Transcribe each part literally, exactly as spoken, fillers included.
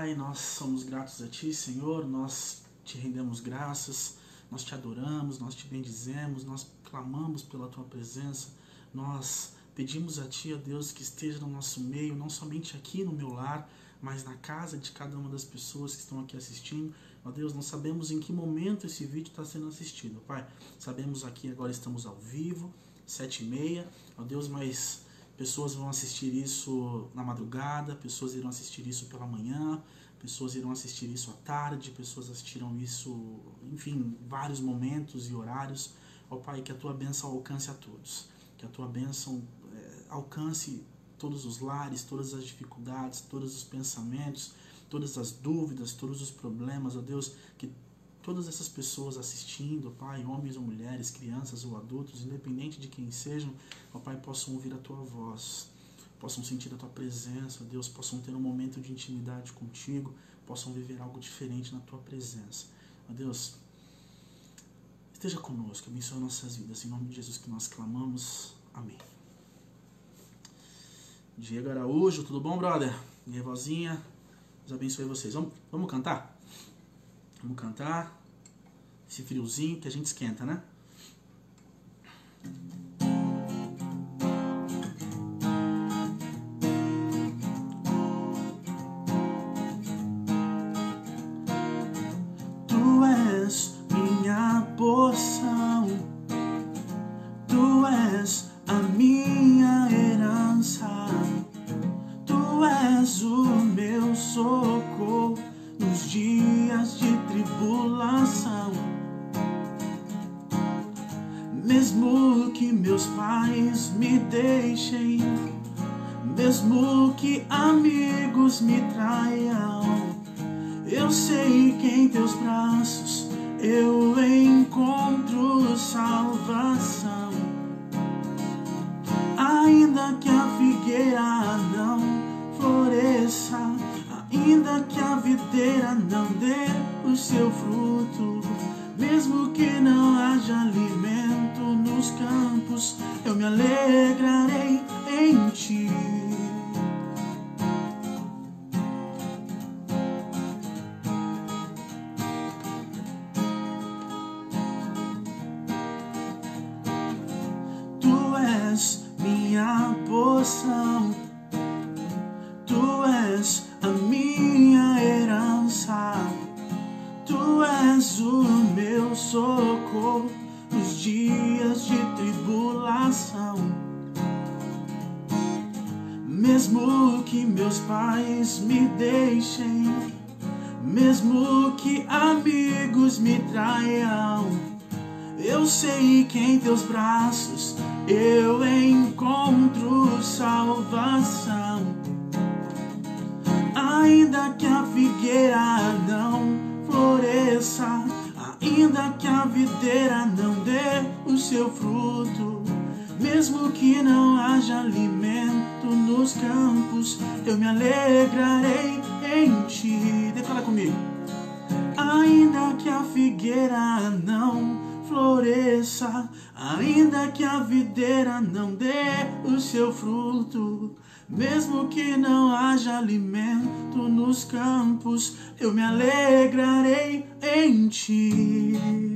Pai, nós somos gratos a Ti, Senhor, nós Te rendemos graças, nós Te adoramos, nós Te bendizemos, nós clamamos pela Tua presença, nós pedimos a Ti, ó Deus, que esteja no nosso meio, não somente aqui no meu lar, mas na casa de cada uma das pessoas que estão aqui assistindo. Ó Deus, não sabemos em que momento esse vídeo está sendo assistido, Pai. Sabemos aqui agora estamos ao vivo, sete e meia, ó Deus, mas pessoas vão assistir isso na madrugada, pessoas irão assistir isso pela manhã, pessoas irão assistir isso à tarde, pessoas assistiram isso, enfim, vários momentos e horários. Ó Pai, que a Tua bênção alcance a todos, que a Tua bênção é, alcance todos os lares, todas as dificuldades, todos os pensamentos, todas as dúvidas, todos os problemas, ó Deus, que todas essas pessoas assistindo, Pai, homens ou mulheres, crianças ou adultos, independente de quem sejam, ó Pai, possam ouvir a Tua voz, possam sentir a Tua presença, ó Deus, possam ter um momento de intimidade contigo, possam viver algo diferente na Tua presença. Ó Deus, esteja conosco, abençoe nossas vidas, em nome de Jesus que nós clamamos. Amém. Diego Araújo, tudo bom, brother? E aí, vozinha? Deus abençoe vocês. Vamos, vamos cantar? Vamos cantar esse friozinho que a gente esquenta, né? Tu és minha porção, Tu és a minha herança, Tu és o meu socorro nos dias de tribulação. Mesmo que meus pais me deixem, mesmo que amigos me traiam, eu sei que em Teus braços eu encontro salvação. Ainda que a figueira não floresça, ainda que a videira não dê o seu fruto, mesmo que não haja alimento nos campos, eu me alegrarei em Ti. Tu és minha porção, Tu és a minha herança, Tu és o meu socorro nos dias de tribulação. Mesmo que meus pais me deixem, mesmo que amigos me traiam, eu sei que em Teus braços eu encontro salvação. Ainda que a figueira não floresça, ainda que a videira não dê o seu fruto, mesmo que não haja alimento nos campos, eu me alegrarei em Ti. Declara comigo. Ainda que a figueira não floresça, ainda que a videira não dê o seu fruto, mesmo que não haja alimento nos campos, eu me alegrarei em Ti.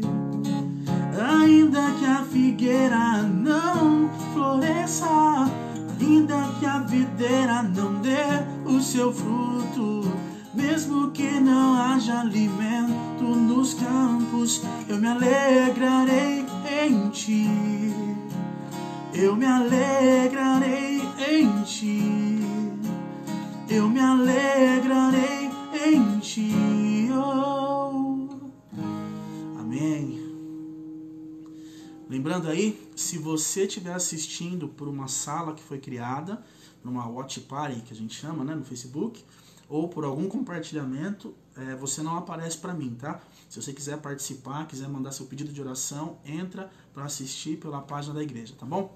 Ainda que a figueira não floresça, ainda que a videira não dê o seu fruto, mesmo que não haja alimento nos campos, eu me alegrarei em Ti. Eu me alegrarei em Ti. Eu me alegrarei em Ti. Oh. Amém. Lembrando aí, se você estiver assistindo por uma sala que foi criada, numa watch party que a gente chama, né, no Facebook, ou por algum compartilhamento, é, você não aparece para mim, tá? Se você quiser participar, quiser mandar seu pedido de oração, entra para assistir pela página da igreja, tá bom?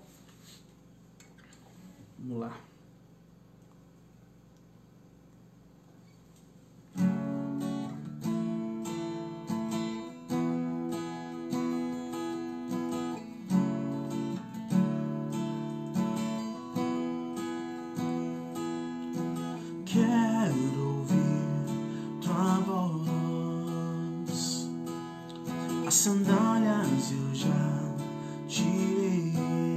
Vamos lá. Quero ouvir sandálias eu já tirei.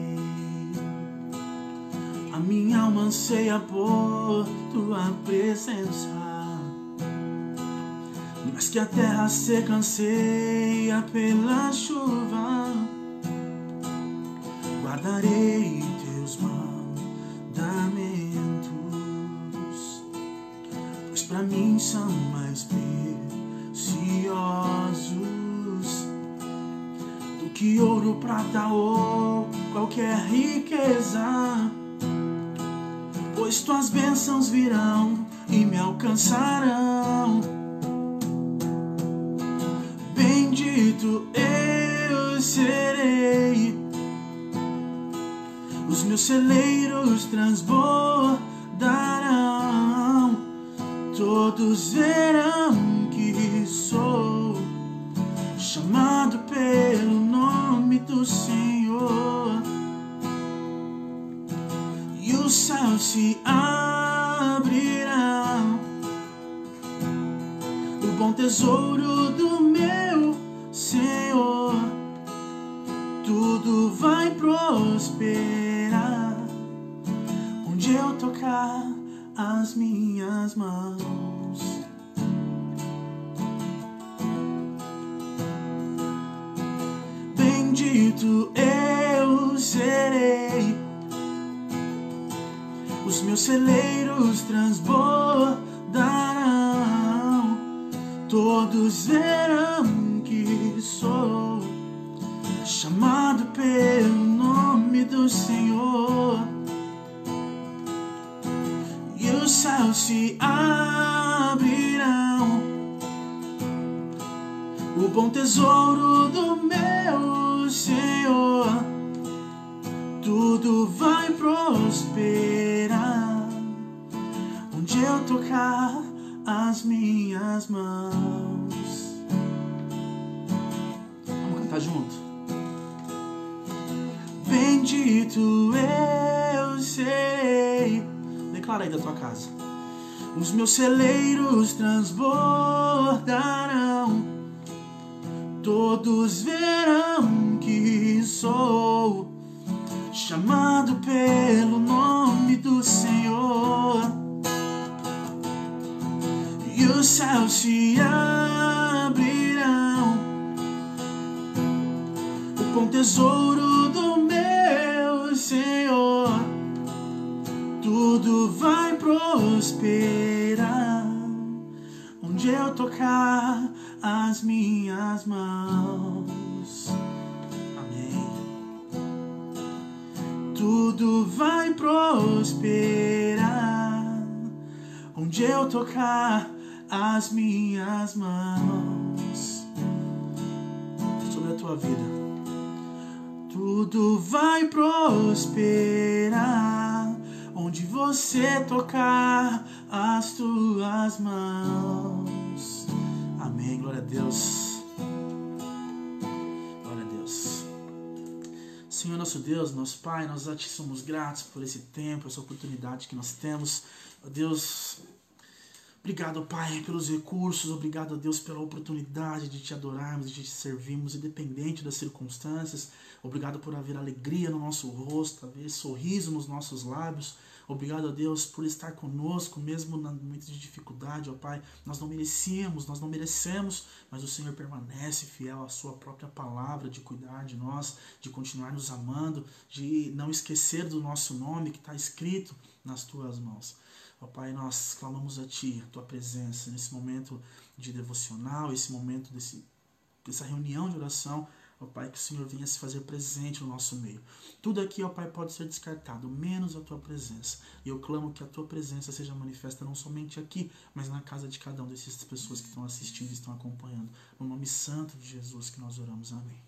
A minha alma anseia por tua presença, mas que a terra seca anseia pela chuva. Guardarei teus mandamentos, pois pra mim são mais preciosos do que ouro, prata ou qualquer riqueza. Pois tuas bênçãos virão e me alcançarão. Bendito eu serei, os meus celeiros transbordarão. Todos verão que sou chamado pelo nome do Senhor. E os céus se abrirão, o bom tesouro do meu Senhor. Tudo vai prosperar onde eu tocar as minhas mãos. Bendito eu serei, os meus celeiros transbordarão. Todos verão que sou chamado pelo nome do Senhor. E os céus se abrirão, o bom tesouro do meu Senhor. Tudo vai prosperar onde eu tocar as minhas mãos. Vamos cantar junto? Bendito eu serei. Declara aí da tua casa. Os meus celeiros transbordarão. Todos verão que sou chamado pelo nome do Senhor. E os céus se abrirão, o bom tesouro do meu Senhor. Tudo vai prosperar onde eu tocar as minhas mãos. Amém. Tudo vai prosperar onde eu tocar as minhas mãos. Sobre a tua vida, tudo vai prosperar onde você tocar as tuas mãos. Amém, glória a Deus. Glória a Deus. Senhor nosso Deus, nosso Pai, nós a Ti somos gratos por esse tempo, essa oportunidade que nós temos. Ó Deus, obrigado, Pai, pelos recursos. Obrigado, Deus, pela oportunidade de Te adorarmos, de Te servirmos, independente das circunstâncias. Obrigado por haver alegria no nosso rosto, haver sorriso nos nossos lábios. Obrigado a Deus por estar conosco, mesmo no momento de dificuldade, ó Pai. Nós não merecíamos, nós não merecemos, mas o Senhor permanece fiel à sua própria palavra, de cuidar de nós, de continuar nos amando, de não esquecer do nosso nome que está escrito nas Tuas mãos. Ó Pai, nós clamamos a Ti, a Tua presença, nesse momento de devocional, esse momento desse, dessa reunião de oração. Ó Pai, que o Senhor venha se fazer presente no nosso meio. Tudo aqui, ó Pai, pode ser descartado, menos a Tua presença. E eu clamo que a Tua presença seja manifesta não somente aqui, mas na casa de cada um dessas pessoas que estão assistindo e estão acompanhando. No nome santo de Jesus que nós oramos. Amém.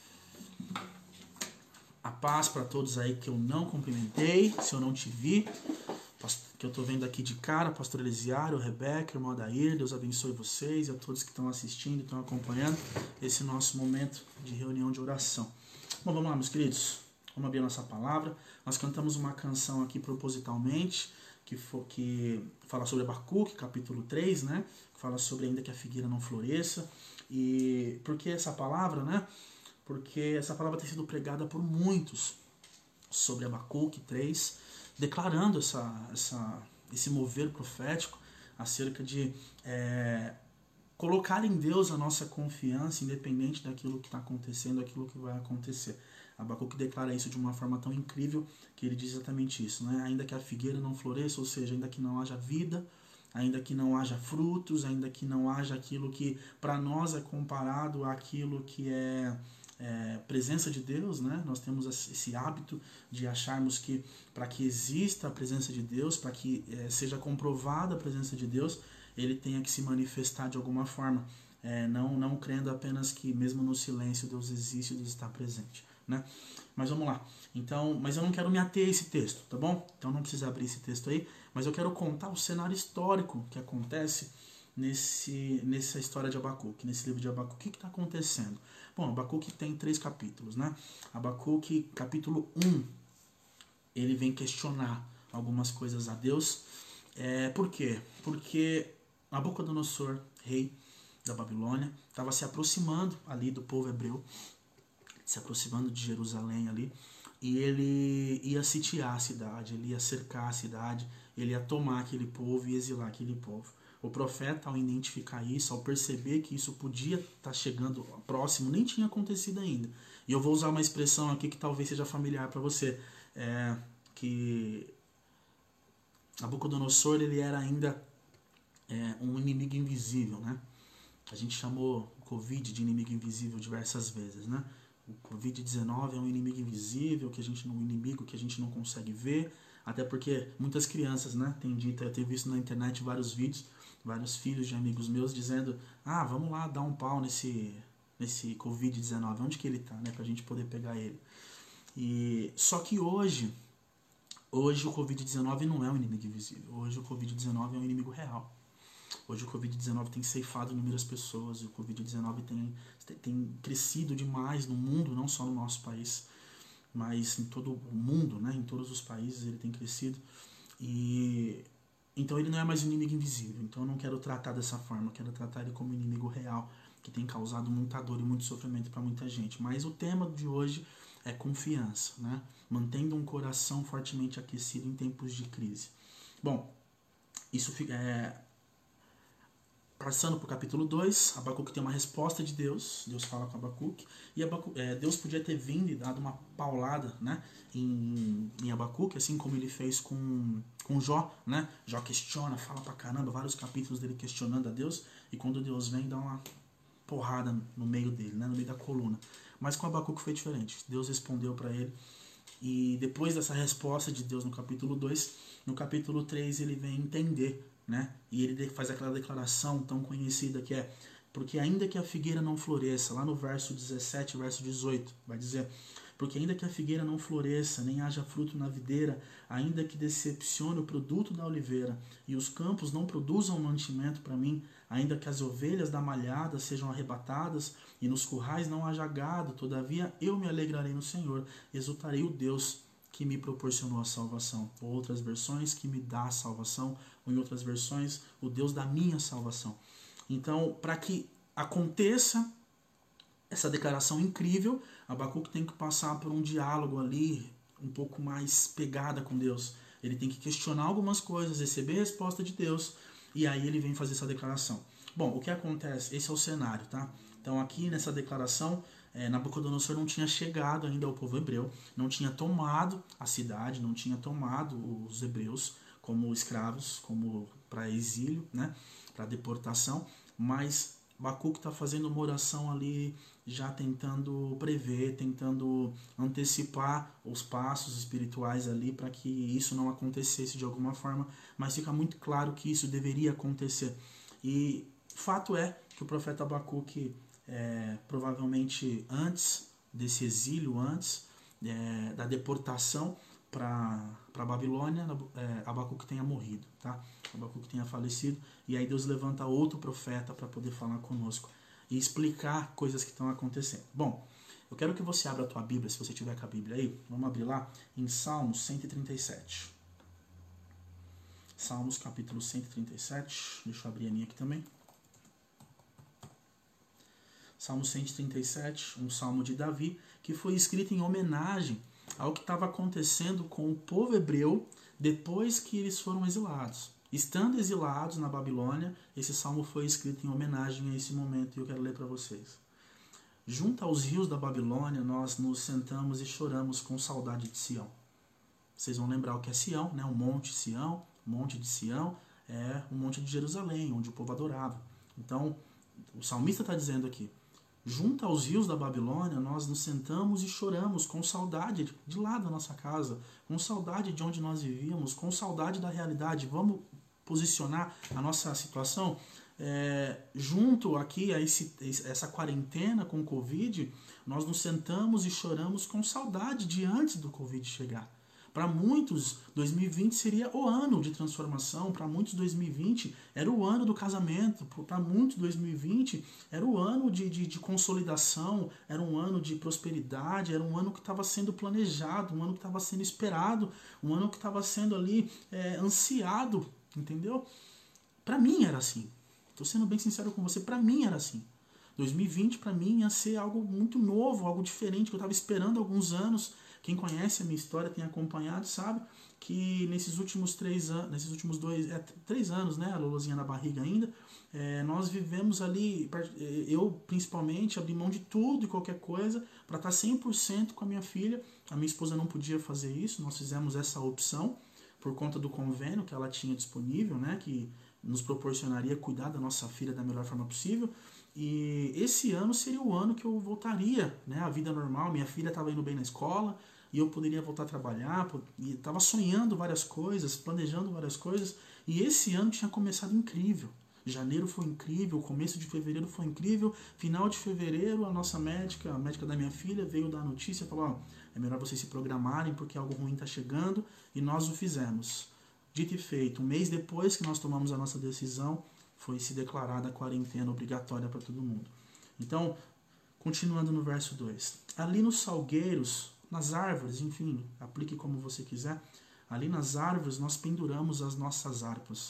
A paz para todos aí que eu não cumprimentei, se eu não te vi, que eu estou vendo aqui de cara, pastor Elisiário, Rebeca, irmão Adair, Deus abençoe vocês e a todos que estão assistindo e estão acompanhando esse nosso momento de reunião de oração. Bom, vamos lá, meus queridos, vamos abrir a nossa palavra. Nós cantamos uma canção aqui propositalmente, que, for, que fala sobre Abacuque, capítulo três, né? Que fala sobre ainda que a figueira não floresça. E por que essa palavra, né? Porque essa palavra tem sido pregada por muitos sobre Abacuque três, declarando essa, essa, esse mover profético acerca de é, colocar em Deus a nossa confiança, independente daquilo que está acontecendo, daquilo que vai acontecer. Abacuque declara isso de uma forma tão incrível que ele diz exatamente isso, né? Ainda que a figueira não floresça, ou seja, ainda que não haja vida, ainda que não haja frutos, ainda que não haja aquilo que para nós é comparado àquilo que é, é presença de Deus, né? Nós temos esse hábito de acharmos que para que exista a presença de Deus, para que é, seja comprovada a presença de Deus, ele tenha que se manifestar de alguma forma, é, não, não crendo apenas que mesmo no silêncio Deus existe, Deus está presente, né? Mas vamos lá. Então, mas eu não quero me ater a esse texto, tá bom? Então não precisa abrir esse texto aí, mas eu quero contar o cenário histórico que acontece nesse, nessa história de Abacuque, nesse livro de Abacuque. O que está acontecendo? Bom, Abacuque tem três capítulos, né? Abacuque, capítulo um, ele vem questionar algumas coisas a Deus. É, por quê? Porque Nabucodonosor, rei da Babilônia, estava se aproximando ali do povo hebreu, se aproximando de Jerusalém ali, e ele ia sitiar a cidade, ele ia cercar a cidade, ele ia tomar aquele povo e exilar aquele povo. O profeta, ao identificar isso, ao perceber que isso podia estar chegando próximo, nem tinha acontecido ainda. E eu vou usar uma expressão aqui que talvez seja familiar para você, é, que Nabucodonosor, ele era ainda é, um inimigo invisível, né? A gente chamou o Covid de inimigo invisível diversas vezes, né? O covid dezenove é um inimigo invisível, que a gente, um inimigo que a gente não consegue ver, até porque muitas crianças, né, têm dito, eu tenho visto na internet vários vídeos, vários filhos de amigos meus dizendo, ah, vamos lá dar um pau nesse, nesse covid dezenove, onde que ele tá, né, pra gente poder pegar ele. E, só que hoje, hoje o covid dezenove não é um inimigo invisível, hoje o covid dezenove é um inimigo real. Hoje o covid dezenove tem ceifado inúmeras pessoas, o covid dezenove tem, tem crescido demais no mundo, não só no nosso país, mas em todo o mundo, né? Em todos os países ele tem crescido. E então ele não é mais um inimigo invisível. Então eu não quero tratar dessa forma, eu quero tratar ele como um inimigo real, que tem causado muita dor e muito sofrimento para muita gente. Mas o tema de hoje é confiança, né? Mantendo um coração fortemente aquecido em tempos de crise. Bom, isso é... Passando para o capítulo dois, Abacuque tem uma resposta de Deus, Deus fala com Abacuque, e Abacuque, é, Deus podia ter vindo e dado uma paulada, né, em, em Abacuque, assim como ele fez com, com Jó, né? Jó questiona, fala pra caramba, vários capítulos dele questionando a Deus, e quando Deus vem, dá uma porrada no meio dele, né, no meio da coluna. Mas com Abacuque foi diferente, Deus respondeu para ele, e depois dessa resposta de Deus no capítulo dois, no capítulo três ele vem entender, né? E ele faz aquela declaração tão conhecida que é: porque ainda que a figueira não floresça, lá no verso dezessete, verso dezoito, vai dizer: porque ainda que a figueira não floresça, nem haja fruto na videira, ainda que decepcione o produto da oliveira, e os campos não produzam mantimento para mim, ainda que as ovelhas da malhada sejam arrebatadas, e nos currais não haja gado, todavia eu me alegrarei no Senhor, exultarei o Deus que me proporcionou a salvação. Ou outras versões, que me dá a salvação, ou em outras versões, o Deus da minha salvação. Então, para que aconteça essa declaração incrível, Abacuque tem que passar por um diálogo ali, um pouco mais pegada com Deus. Ele tem que questionar algumas coisas, receber a resposta de Deus, e aí ele vem fazer essa declaração. Bom, o que acontece? Esse é o cenário, tá? Então aqui nessa declaração, é, Nabucodonosor não tinha chegado ainda ao povo hebreu, não tinha tomado a cidade, não tinha tomado os hebreus como escravos, como para exílio, né, para deportação, mas Abacuque está fazendo uma oração ali, já tentando prever, tentando antecipar os passos espirituais ali para que isso não acontecesse de alguma forma, mas fica muito claro que isso deveria acontecer. E fato é que o profeta Abacuque, é, provavelmente antes desse exílio, antes é, da deportação para a Babilônia, é, Abacuque tenha morrido, tá? Abacuque tenha falecido, e aí Deus levanta outro profeta para poder falar conosco e explicar coisas que estão acontecendo. Bom, eu quero que você abra a tua Bíblia, se você tiver com a Bíblia aí, vamos abrir lá em Salmos cento e trinta e sete. Salmos capítulo cento e trinta e sete, deixa eu abrir a minha aqui também. Salmo cento e trinta e sete, um salmo de Davi, que foi escrito em homenagem ao que estava acontecendo com o povo hebreu depois que eles foram exilados. Estando exilados na Babilônia, esse salmo foi escrito em homenagem a esse momento e eu quero ler para vocês. Junto aos rios da Babilônia, nós nos sentamos e choramos com saudade de Sião. Vocês vão lembrar o que é Sião, né? O Monte Sião, o Monte de Sião é o Monte de Jerusalém, onde o povo adorava. Então, o salmista está dizendo aqui, junto aos rios da Babilônia, nós nos sentamos e choramos com saudade de lá da nossa casa, com saudade de onde nós vivíamos, com saudade da realidade. Vamos posicionar a nossa situação é, junto aqui a esse, essa quarentena com o Covid, nós nos sentamos e choramos com saudade de antes do Covid chegar. Para muitos, dois mil e vinte seria o ano de transformação. Para muitos, dois mil e vinte era o ano do casamento. Para muitos, dois mil e vinte era o ano de, de, de consolidação, era um ano de prosperidade, era um ano que estava sendo planejado, um ano que estava sendo esperado, um ano que estava sendo ali é, ansiado, entendeu? Para mim era assim. Estou sendo bem sincero com você, para mim era assim. dois mil e vinte para mim ia ser algo muito novo, algo diferente, que eu estava esperando há alguns anos. Quem conhece a minha história, tem acompanhado, sabe que nesses últimos três anos, nesses últimos dois, é, três anos, né, a Lolozinha na barriga ainda, é, nós vivemos ali, eu principalmente, abri mão de tudo e qualquer coisa para estar cem por cento com a minha filha. A minha esposa não podia fazer isso, nós fizemos essa opção por conta do convênio que ela tinha disponível, né, que nos proporcionaria cuidar da nossa filha da melhor forma possível. E esse ano seria o ano que eu voltaria, né, à vida normal. Minha filha estava indo bem na escola e eu poderia voltar a trabalhar, e estava sonhando várias coisas, planejando várias coisas, e esse ano tinha começado incrível. Janeiro foi incrível, começo de fevereiro foi incrível, final de fevereiro a nossa médica, a médica da minha filha, veio dar a notícia e falou, ó, é melhor vocês se programarem porque algo ruim está chegando, e nós o fizemos. Dito e feito, um mês depois que nós tomamos a nossa decisão, foi se declarada a quarentena obrigatória para todo mundo. Então, continuando no verso dois. Ali nos salgueiros, nas árvores, enfim, aplique como você quiser, ali nas árvores nós penduramos as nossas harpas.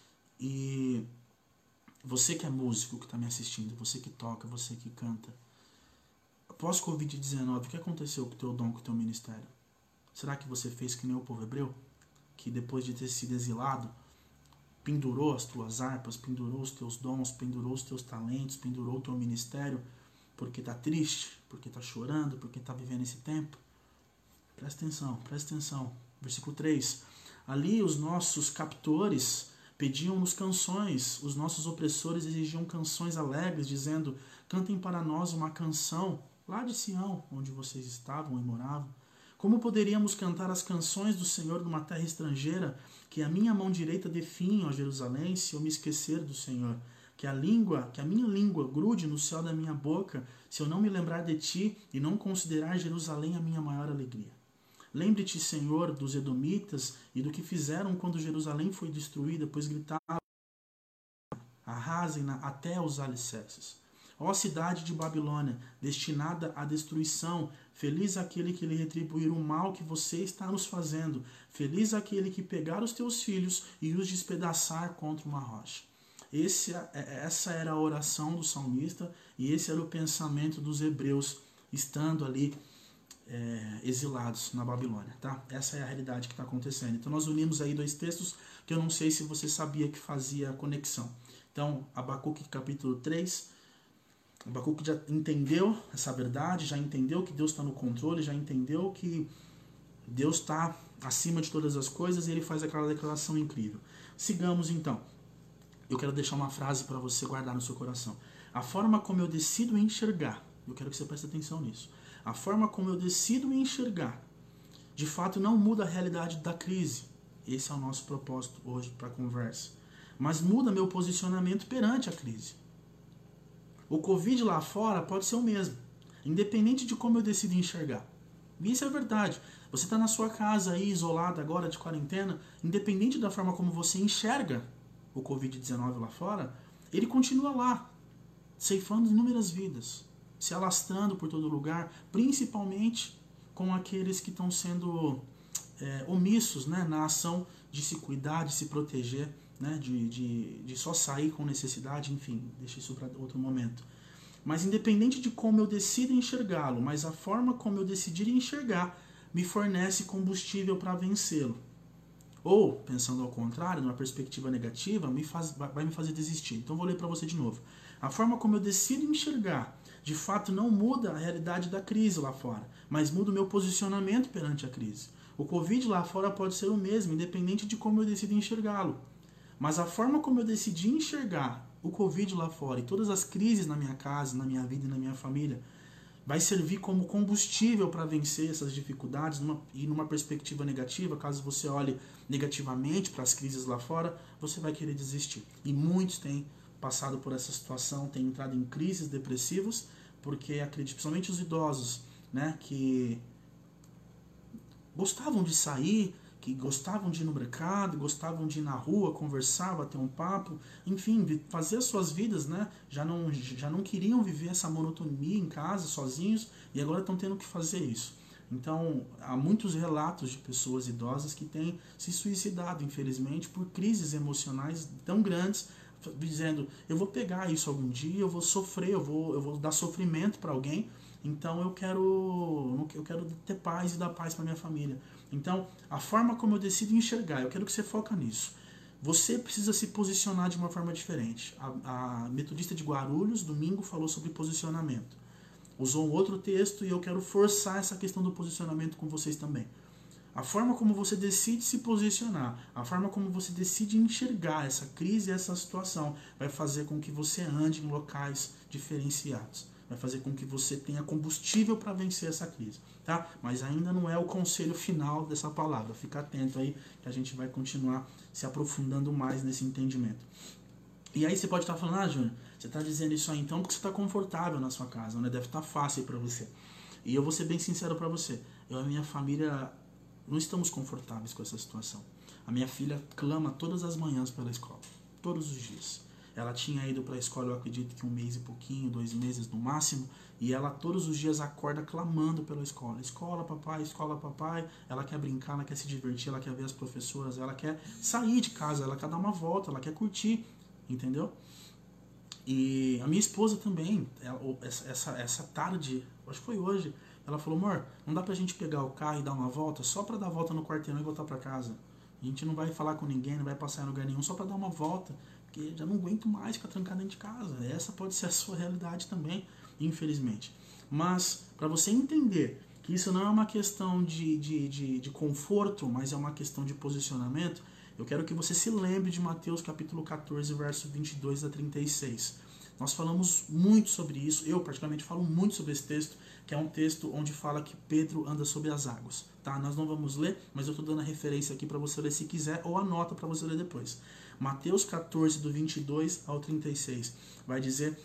E você que é músico, que está me assistindo, você que toca, você que canta, após covid dezenove, o que aconteceu com o teu dom, com o teu ministério? Será que você fez que nem o povo hebreu? Que depois de ter sido exilado, pendurou as tuas harpas, pendurou os teus dons, pendurou os teus talentos, pendurou o teu ministério, porque está triste, porque está chorando, porque está vivendo esse tempo? Presta atenção, presta atenção. Versículo três. Ali os nossos captores pediam-nos canções, os nossos opressores exigiam canções alegres, dizendo, cantem para nós uma canção, lá de Sião, onde vocês estavam e moravam. Como poderíamos cantar as canções do Senhor numa terra estrangeira, que a minha mão direita definha, ó Jerusalém, se eu me esquecer do Senhor? Que a língua, que a minha língua grude no céu da minha boca, se eu não me lembrar de ti e não considerar Jerusalém a minha maior alegria. Lembre-te, Senhor, dos edomitas e do que fizeram quando Jerusalém foi destruída, pois gritaram, arrasem-na até os alicerces. Ó cidade de Babilônia, destinada à destruição, feliz aquele que lhe retribuir o mal que você está nos fazendo, feliz aquele que pegar os teus filhos e os despedaçar contra uma rocha. Esse, essa era a oração do salmista e esse era o pensamento dos hebreus estando ali é, exilados na Babilônia. Tá? Essa é a realidade que está acontecendo. Então nós unimos aí dois textos que eu não sei se você sabia que fazia a conexão. Então, Abacuque capítulo três, Abacuque já entendeu essa verdade, já entendeu que Deus está no controle, já entendeu que Deus está acima de todas as coisas e ele faz aquela declaração incrível. Sigamos então. Eu quero deixar uma frase para você guardar no seu coração. A forma como eu decido enxergar, eu quero que você preste atenção nisso. A forma como eu decido enxergar, de fato não muda a realidade da crise. Esse é o nosso propósito hoje para a conversa. Mas muda meu posicionamento perante a crise. O Covid lá fora pode ser o mesmo, independente de como eu decido enxergar. E isso é verdade. Você está na sua casa aí, isolado agora de quarentena, independente da forma como você enxerga o covid dezenove lá fora, ele continua lá, ceifando inúmeras vidas, se alastrando por todo lugar, principalmente com aqueles que estão sendo é, omissos, né, na ação de se cuidar, de se proteger, né, de, de, de só sair com necessidade, enfim, deixa isso para outro momento. Mas independente de como eu decido enxergá-lo, mas a forma como eu decidir enxergar me fornece combustível para vencê-lo. Ou, pensando ao contrário, numa perspectiva negativa, me faz, vai me fazer desistir. Então vou ler para você de novo. A forma como eu decido enxergar, de fato não muda a realidade da crise lá fora, mas muda o meu posicionamento perante a crise. O Covid lá fora pode ser o mesmo, independente de como eu decido enxergá-lo. Mas a forma como eu decidi enxergar o Covid lá fora e todas as crises na minha casa, na minha vida e na minha família, vai servir como combustível para vencer essas dificuldades numa, e numa perspectiva negativa. Caso você olhe negativamente para as crises lá fora, você vai querer desistir. E muitos têm passado por essa situação, têm entrado em crises depressivas, porque acredito, principalmente os idosos, né, que gostavam de sair, que gostavam de ir no mercado, gostavam de ir na rua, conversar, bater um papo, enfim, fazer as suas vidas, né? Já não, já não queriam viver essa monotonia em casa, sozinhos, e agora estão tendo que fazer isso. Então, há muitos relatos de pessoas idosas que têm se suicidado, infelizmente, por crises emocionais tão grandes, dizendo, eu vou pegar isso algum dia, eu vou sofrer, eu vou, eu vou dar sofrimento para alguém, então eu quero, eu quero ter paz e dar paz para minha família. Então, a forma como eu decido enxergar, eu quero que você foque nisso. Você precisa se posicionar de uma forma diferente. A, a metodista de Guarulhos, domingo, falou sobre posicionamento. Usou um outro texto e eu quero forçar essa questão do posicionamento com vocês também. A forma como você decide se posicionar, a forma como você decide enxergar essa crise e essa situação vai fazer com que você ande em locais diferenciados. Vai fazer com que você tenha combustível para vencer essa crise, tá? Mas ainda não é o conselho final dessa palavra. Fica atento aí que a gente vai continuar se aprofundando mais nesse entendimento. E aí você pode estar falando, ah, Júnior, você está dizendo isso aí então porque você está confortável na sua casa, né? Deve estar fácil para você. E eu vou ser bem sincero para você. Eu e a minha família não estamos confortáveis com essa situação. A minha filha clama todas as manhãs pela escola, todos os dias. Ela tinha ido para a escola, eu acredito que um mês e pouquinho, dois meses no máximo, e ela todos os dias acorda clamando pela escola. Escola, papai, escola, papai. Ela quer brincar, ela quer se divertir, ela quer ver as professoras, ela quer sair de casa, ela quer dar uma volta, ela quer curtir, entendeu? E a minha esposa também, ela, essa, essa, essa tarde, acho que foi hoje, ela falou, amor, não dá pra gente pegar o carro e dar uma volta, só pra dar volta no quarteirão e voltar pra casa. A gente não vai falar com ninguém, não vai passar em lugar nenhum, só pra dar uma volta. Porque já não aguento mais ficar trancado dentro de casa. Essa pode ser a sua realidade também, infelizmente. Mas, para você entender que isso não é uma questão de, de, de, de conforto, mas é uma questão de posicionamento, eu quero que você se lembre de Mateus capítulo catorze, verso vinte e dois a trinta e seis. Nós falamos muito sobre isso, eu particularmente falo muito sobre esse texto, que é um texto onde fala que Pedro anda sobre as águas. Tá? Nós não vamos ler, mas eu estou dando a referência aqui para você ler se quiser, ou anota para você ler depois. Mateus catorze, do vinte e dois ao trinta e seis, vai dizer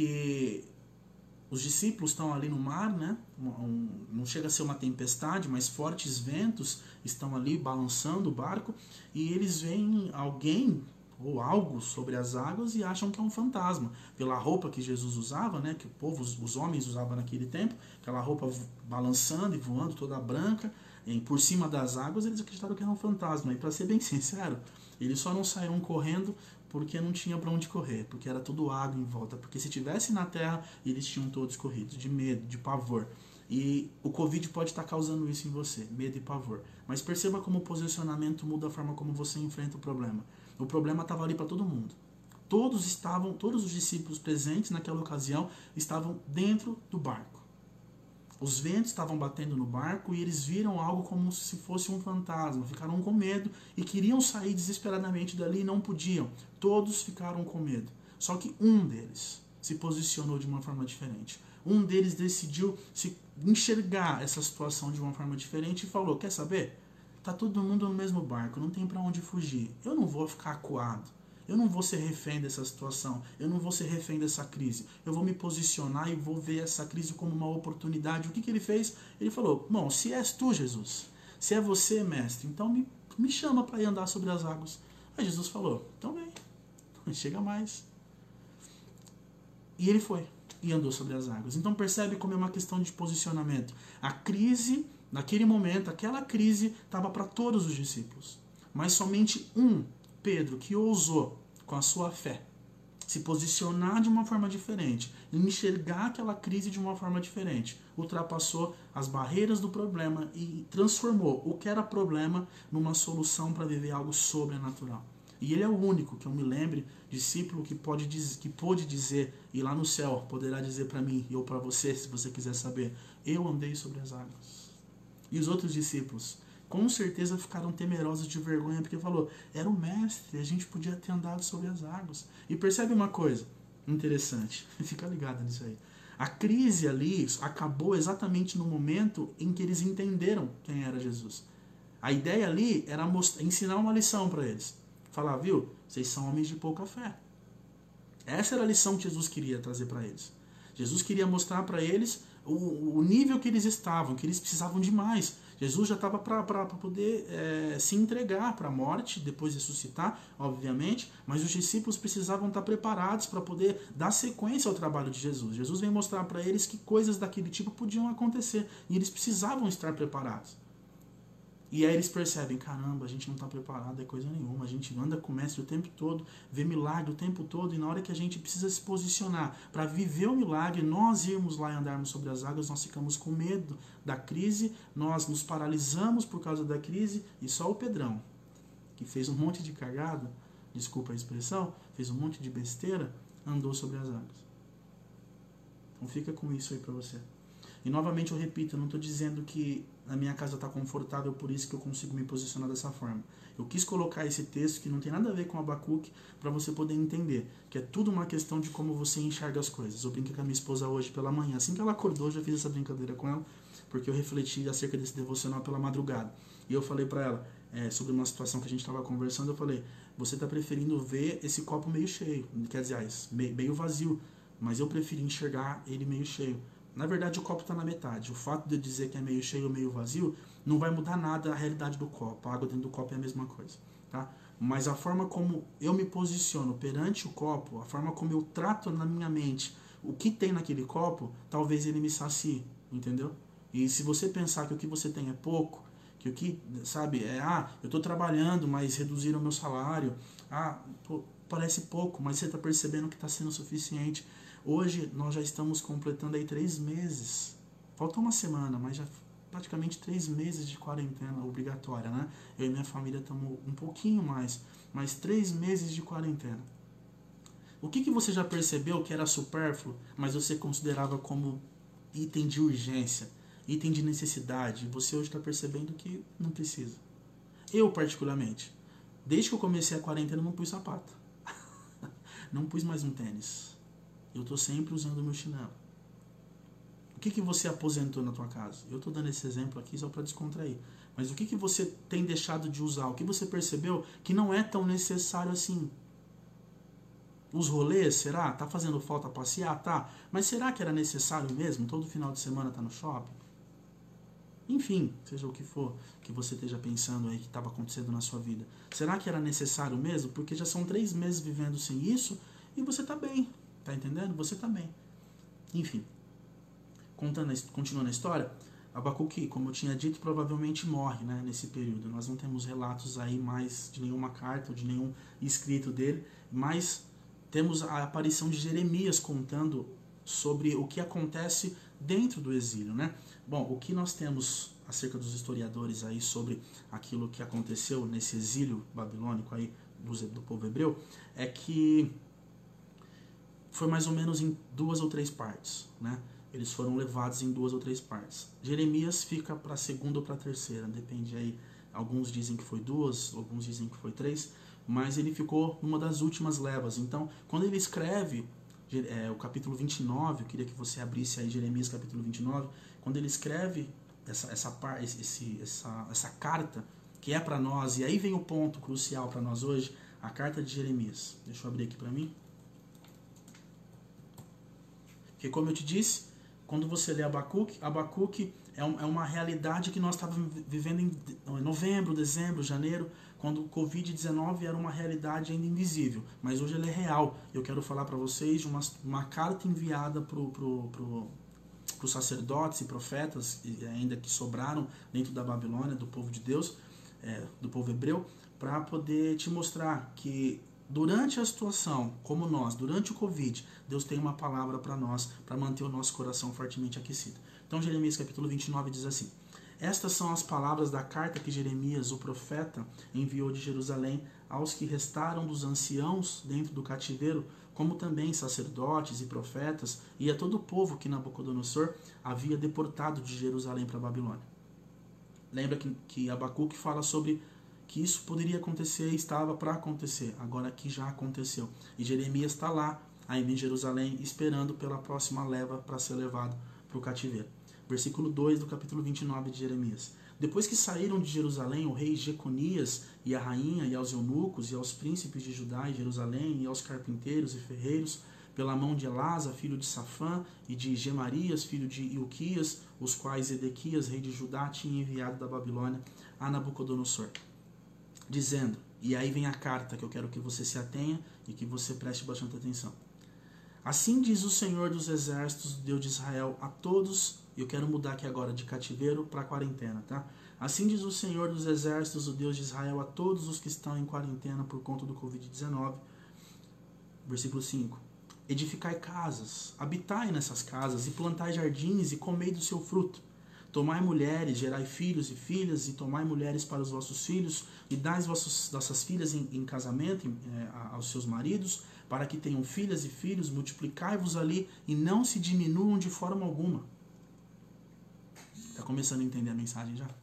que os discípulos estão ali no mar, né? Um, não chega a ser uma tempestade, mas fortes ventos estão ali balançando o barco, e eles veem alguém ou algo sobre as águas e acham que é um fantasma. Pela roupa que Jesus usava, né? Que o povo, os, os homens usavam naquele tempo, aquela roupa balançando e voando toda branca, e por cima das águas, eles acreditaram que era um fantasma. E para ser bem sincero, eles só não saíram correndo porque não tinha para onde correr, porque era tudo água em volta, porque se tivesse na terra, eles tinham todos corrido, de medo, de pavor. E o Covid pode estar causando isso em você, medo e pavor. Mas perceba como o posicionamento muda a forma como você enfrenta o problema. O problema estava ali para todo mundo. Todos estavam, todos os discípulos presentes naquela ocasião estavam dentro do barco. Os ventos estavam batendo no barco e eles viram algo como se fosse um fantasma. Ficaram com medo e queriam sair desesperadamente dali e não podiam. Todos ficaram com medo. Só que um deles se posicionou de uma forma diferente. Um deles decidiu se enxergar essa situação de uma forma diferente e falou, quer saber? Tá todo mundo no mesmo barco, não tem para onde fugir. Eu não vou ficar acuado. Eu não vou ser refém dessa situação, eu não vou ser refém dessa crise. Eu vou me posicionar e vou ver essa crise como uma oportunidade. O que, que ele fez? Ele falou, bom, se és tu, Jesus, se é você, mestre, então me, me chama para ir andar sobre as águas. Aí Jesus falou, então vem, chega mais. E ele foi e andou sobre as águas. Então percebe como é uma questão de posicionamento. A crise, naquele momento, aquela crise estava para todos os discípulos. Mas somente um, Pedro, que ousou, com a sua fé, se posicionar de uma forma diferente, enxergar aquela crise de uma forma diferente. Ultrapassou as barreiras do problema e transformou o que era problema numa solução para viver algo sobrenatural. E ele é o único que eu me lembre, discípulo que pode dizer, que pôde dizer, e lá no céu poderá dizer para mim e ou para você, se você quiser saber, eu andei sobre as águas. E os outros discípulos, com certeza ficaram temerosos de vergonha, porque falou, era o mestre, a gente podia ter andado sobre as águas. E percebe uma coisa interessante, fica ligado nisso aí. A crise ali acabou exatamente no momento em que eles entenderam quem era Jesus. A ideia ali era mostrar, ensinar uma lição para eles. Falar, viu, vocês são homens de pouca fé. Essa era a lição que Jesus queria trazer para eles. Jesus queria mostrar para eles o, o nível que eles estavam, que eles precisavam de mais. Jesus já estava para poder é, se entregar para a morte, depois ressuscitar, obviamente, mas os discípulos precisavam estar preparados para poder dar sequência ao trabalho de Jesus. Jesus vem mostrar para eles que coisas daquele tipo podiam acontecer e eles precisavam estar preparados. E aí eles percebem, caramba, a gente não está preparado, é coisa nenhuma. A gente anda com o mestre o tempo todo, vê milagre o tempo todo, e na hora que a gente precisa se posicionar para viver o milagre, nós irmos lá e andarmos sobre as águas, nós ficamos com medo da crise, nós nos paralisamos por causa da crise, e só o Pedrão, que fez um monte de cagada, desculpa a expressão, fez um monte de besteira, andou sobre as águas. Então fica com isso aí para você. E novamente eu repito, eu não estou dizendo que a minha casa está confortável, por isso que eu consigo me posicionar dessa forma. Eu quis colocar esse texto que não tem nada a ver com Abacuque para você poder entender que é tudo uma questão de como você enxerga as coisas. Eu brinquei com a minha esposa hoje pela manhã, assim que ela acordou, eu já fiz essa brincadeira com ela, porque eu refleti acerca desse devocional pela madrugada. E eu falei para ela, é, sobre uma situação que a gente estava conversando, eu falei, você está preferindo ver esse copo meio cheio, quer dizer, meio vazio, mas eu preferi enxergar ele meio cheio. Na verdade, o copo está na metade. O fato de eu dizer que é meio cheio ou meio vazio não vai mudar nada a realidade do copo. A água dentro do copo é a mesma coisa. Tá? Mas a forma como eu me posiciono perante o copo, a forma como eu trato na minha mente o que tem naquele copo, talvez ele me sacie. Entendeu? E se você pensar que o que você tem é pouco, que o que, sabe, é, ah, eu estou trabalhando, mas reduziram o meu salário. Ah, pô, parece pouco, mas você está percebendo que está sendo suficiente. Hoje nós já estamos completando aí três meses, falta uma semana, mas já praticamente três meses de quarentena obrigatória, né? Eu e minha família estamos um pouquinho mais, mas três meses de quarentena. O que, que você já percebeu que era supérfluo, mas você considerava como item de urgência, item de necessidade, você hoje está percebendo que não precisa? Eu, particularmente, desde que eu comecei a quarentena, não pus sapato. Não pus mais um tênis. Eu estou sempre usando o meu chinelo. O que, que você aposentou na tua casa? Eu estou dando esse exemplo aqui só para descontrair. Mas o que, que você tem deixado de usar? O que você percebeu que não é tão necessário assim? Os rolês, será? Tá fazendo falta passear? Tá. Mas será que era necessário mesmo? Todo final de semana tá no shopping? Enfim, seja o que for que você esteja pensando aí que estava acontecendo na sua vida. Será que era necessário mesmo? Porque já são três meses vivendo sem isso e você tá bem. Tá entendendo? Você também. Enfim. Contando, continuando a história, Abacuque, como eu tinha dito, provavelmente morre, né, nesse período. Nós não temos relatos aí mais de nenhuma carta ou de nenhum escrito dele, mas temos a aparição de Jeremias contando sobre o que acontece dentro do exílio, né? Bom, o que nós temos acerca dos historiadores aí sobre aquilo que aconteceu nesse exílio babilônico aí do, do povo hebreu é que foi mais ou menos em duas ou três partes, né? Eles foram levados em duas ou três partes. Jeremias fica para a segunda ou para a terceira, depende aí. Alguns dizem que foi duas, alguns dizem que foi três, mas ele ficou numa das últimas levas. Então, quando ele escreve é, o capítulo vinte e nove, eu queria que você abrisse aí Jeremias capítulo vinte e nove, quando ele escreve essa, essa, esse, essa, essa carta, que é para nós, e aí vem o ponto crucial para nós hoje, a carta de Jeremias. Deixa eu abrir aqui para mim. Porque, como eu te disse, quando você lê Abacuque, Abacuque é, um, é uma realidade que nós estávamos vivendo em novembro, dezembro, janeiro, quando o covid dezenove era uma realidade ainda invisível. Mas hoje ele é real. Eu quero falar para vocês de uma, uma carta enviada para pro, pro, os sacerdotes e profetas, ainda que sobraram dentro da Babilônia, do povo de Deus, é, do povo hebreu, para poder te mostrar que durante a situação, como nós, durante o Covid, Deus tem uma palavra para nós, para manter o nosso coração fortemente aquecido. Então Jeremias capítulo vinte e nove diz assim: estas são as palavras da carta que Jeremias, o profeta, enviou de Jerusalém aos que restaram dos anciãos dentro do cativeiro, como também sacerdotes e profetas, e a todo o povo que Nabucodonosor havia deportado de Jerusalém para a Babilônia. Lembra que, que Abacuque fala sobre que isso poderia acontecer e estava para acontecer. Agora aqui já aconteceu. E Jeremias está lá, ainda em Jerusalém, esperando pela próxima leva para ser levado para o cativeiro. Versículo dois do capítulo vinte e nove de Jeremias. Depois que saíram de Jerusalém o rei Jeconias e a rainha, e aos eunucos, e aos príncipes de Judá e Jerusalém, e aos carpinteiros e ferreiros, pela mão de Elasa, filho de Safã, e de Gemarias, filho de Ilquias, os quais Edequias, rei de Judá, tinha enviado da Babilônia a Nabucodonosor, dizendo, e aí vem a carta que eu quero que você se atenha e que você preste bastante atenção. Assim diz o Senhor dos Exércitos, Deus de Israel, a todos, e eu quero mudar aqui agora de cativeiro para quarentena, tá? Assim diz o Senhor dos Exércitos, o Deus de Israel, a todos os que estão em quarentena por conta do covid dezenove. Versículo cinco. Edificai casas, habitai nessas casas, e plantai jardins, e comei do seu fruto. Tomai mulheres, gerai filhos e filhas, e tomai mulheres para os vossos filhos, e dai vossos, vossas filhas em, em casamento em, é, aos seus maridos, para que tenham filhas e filhos, multiplicai-vos ali, e não se diminuam de forma alguma. Está começando a entender a mensagem já?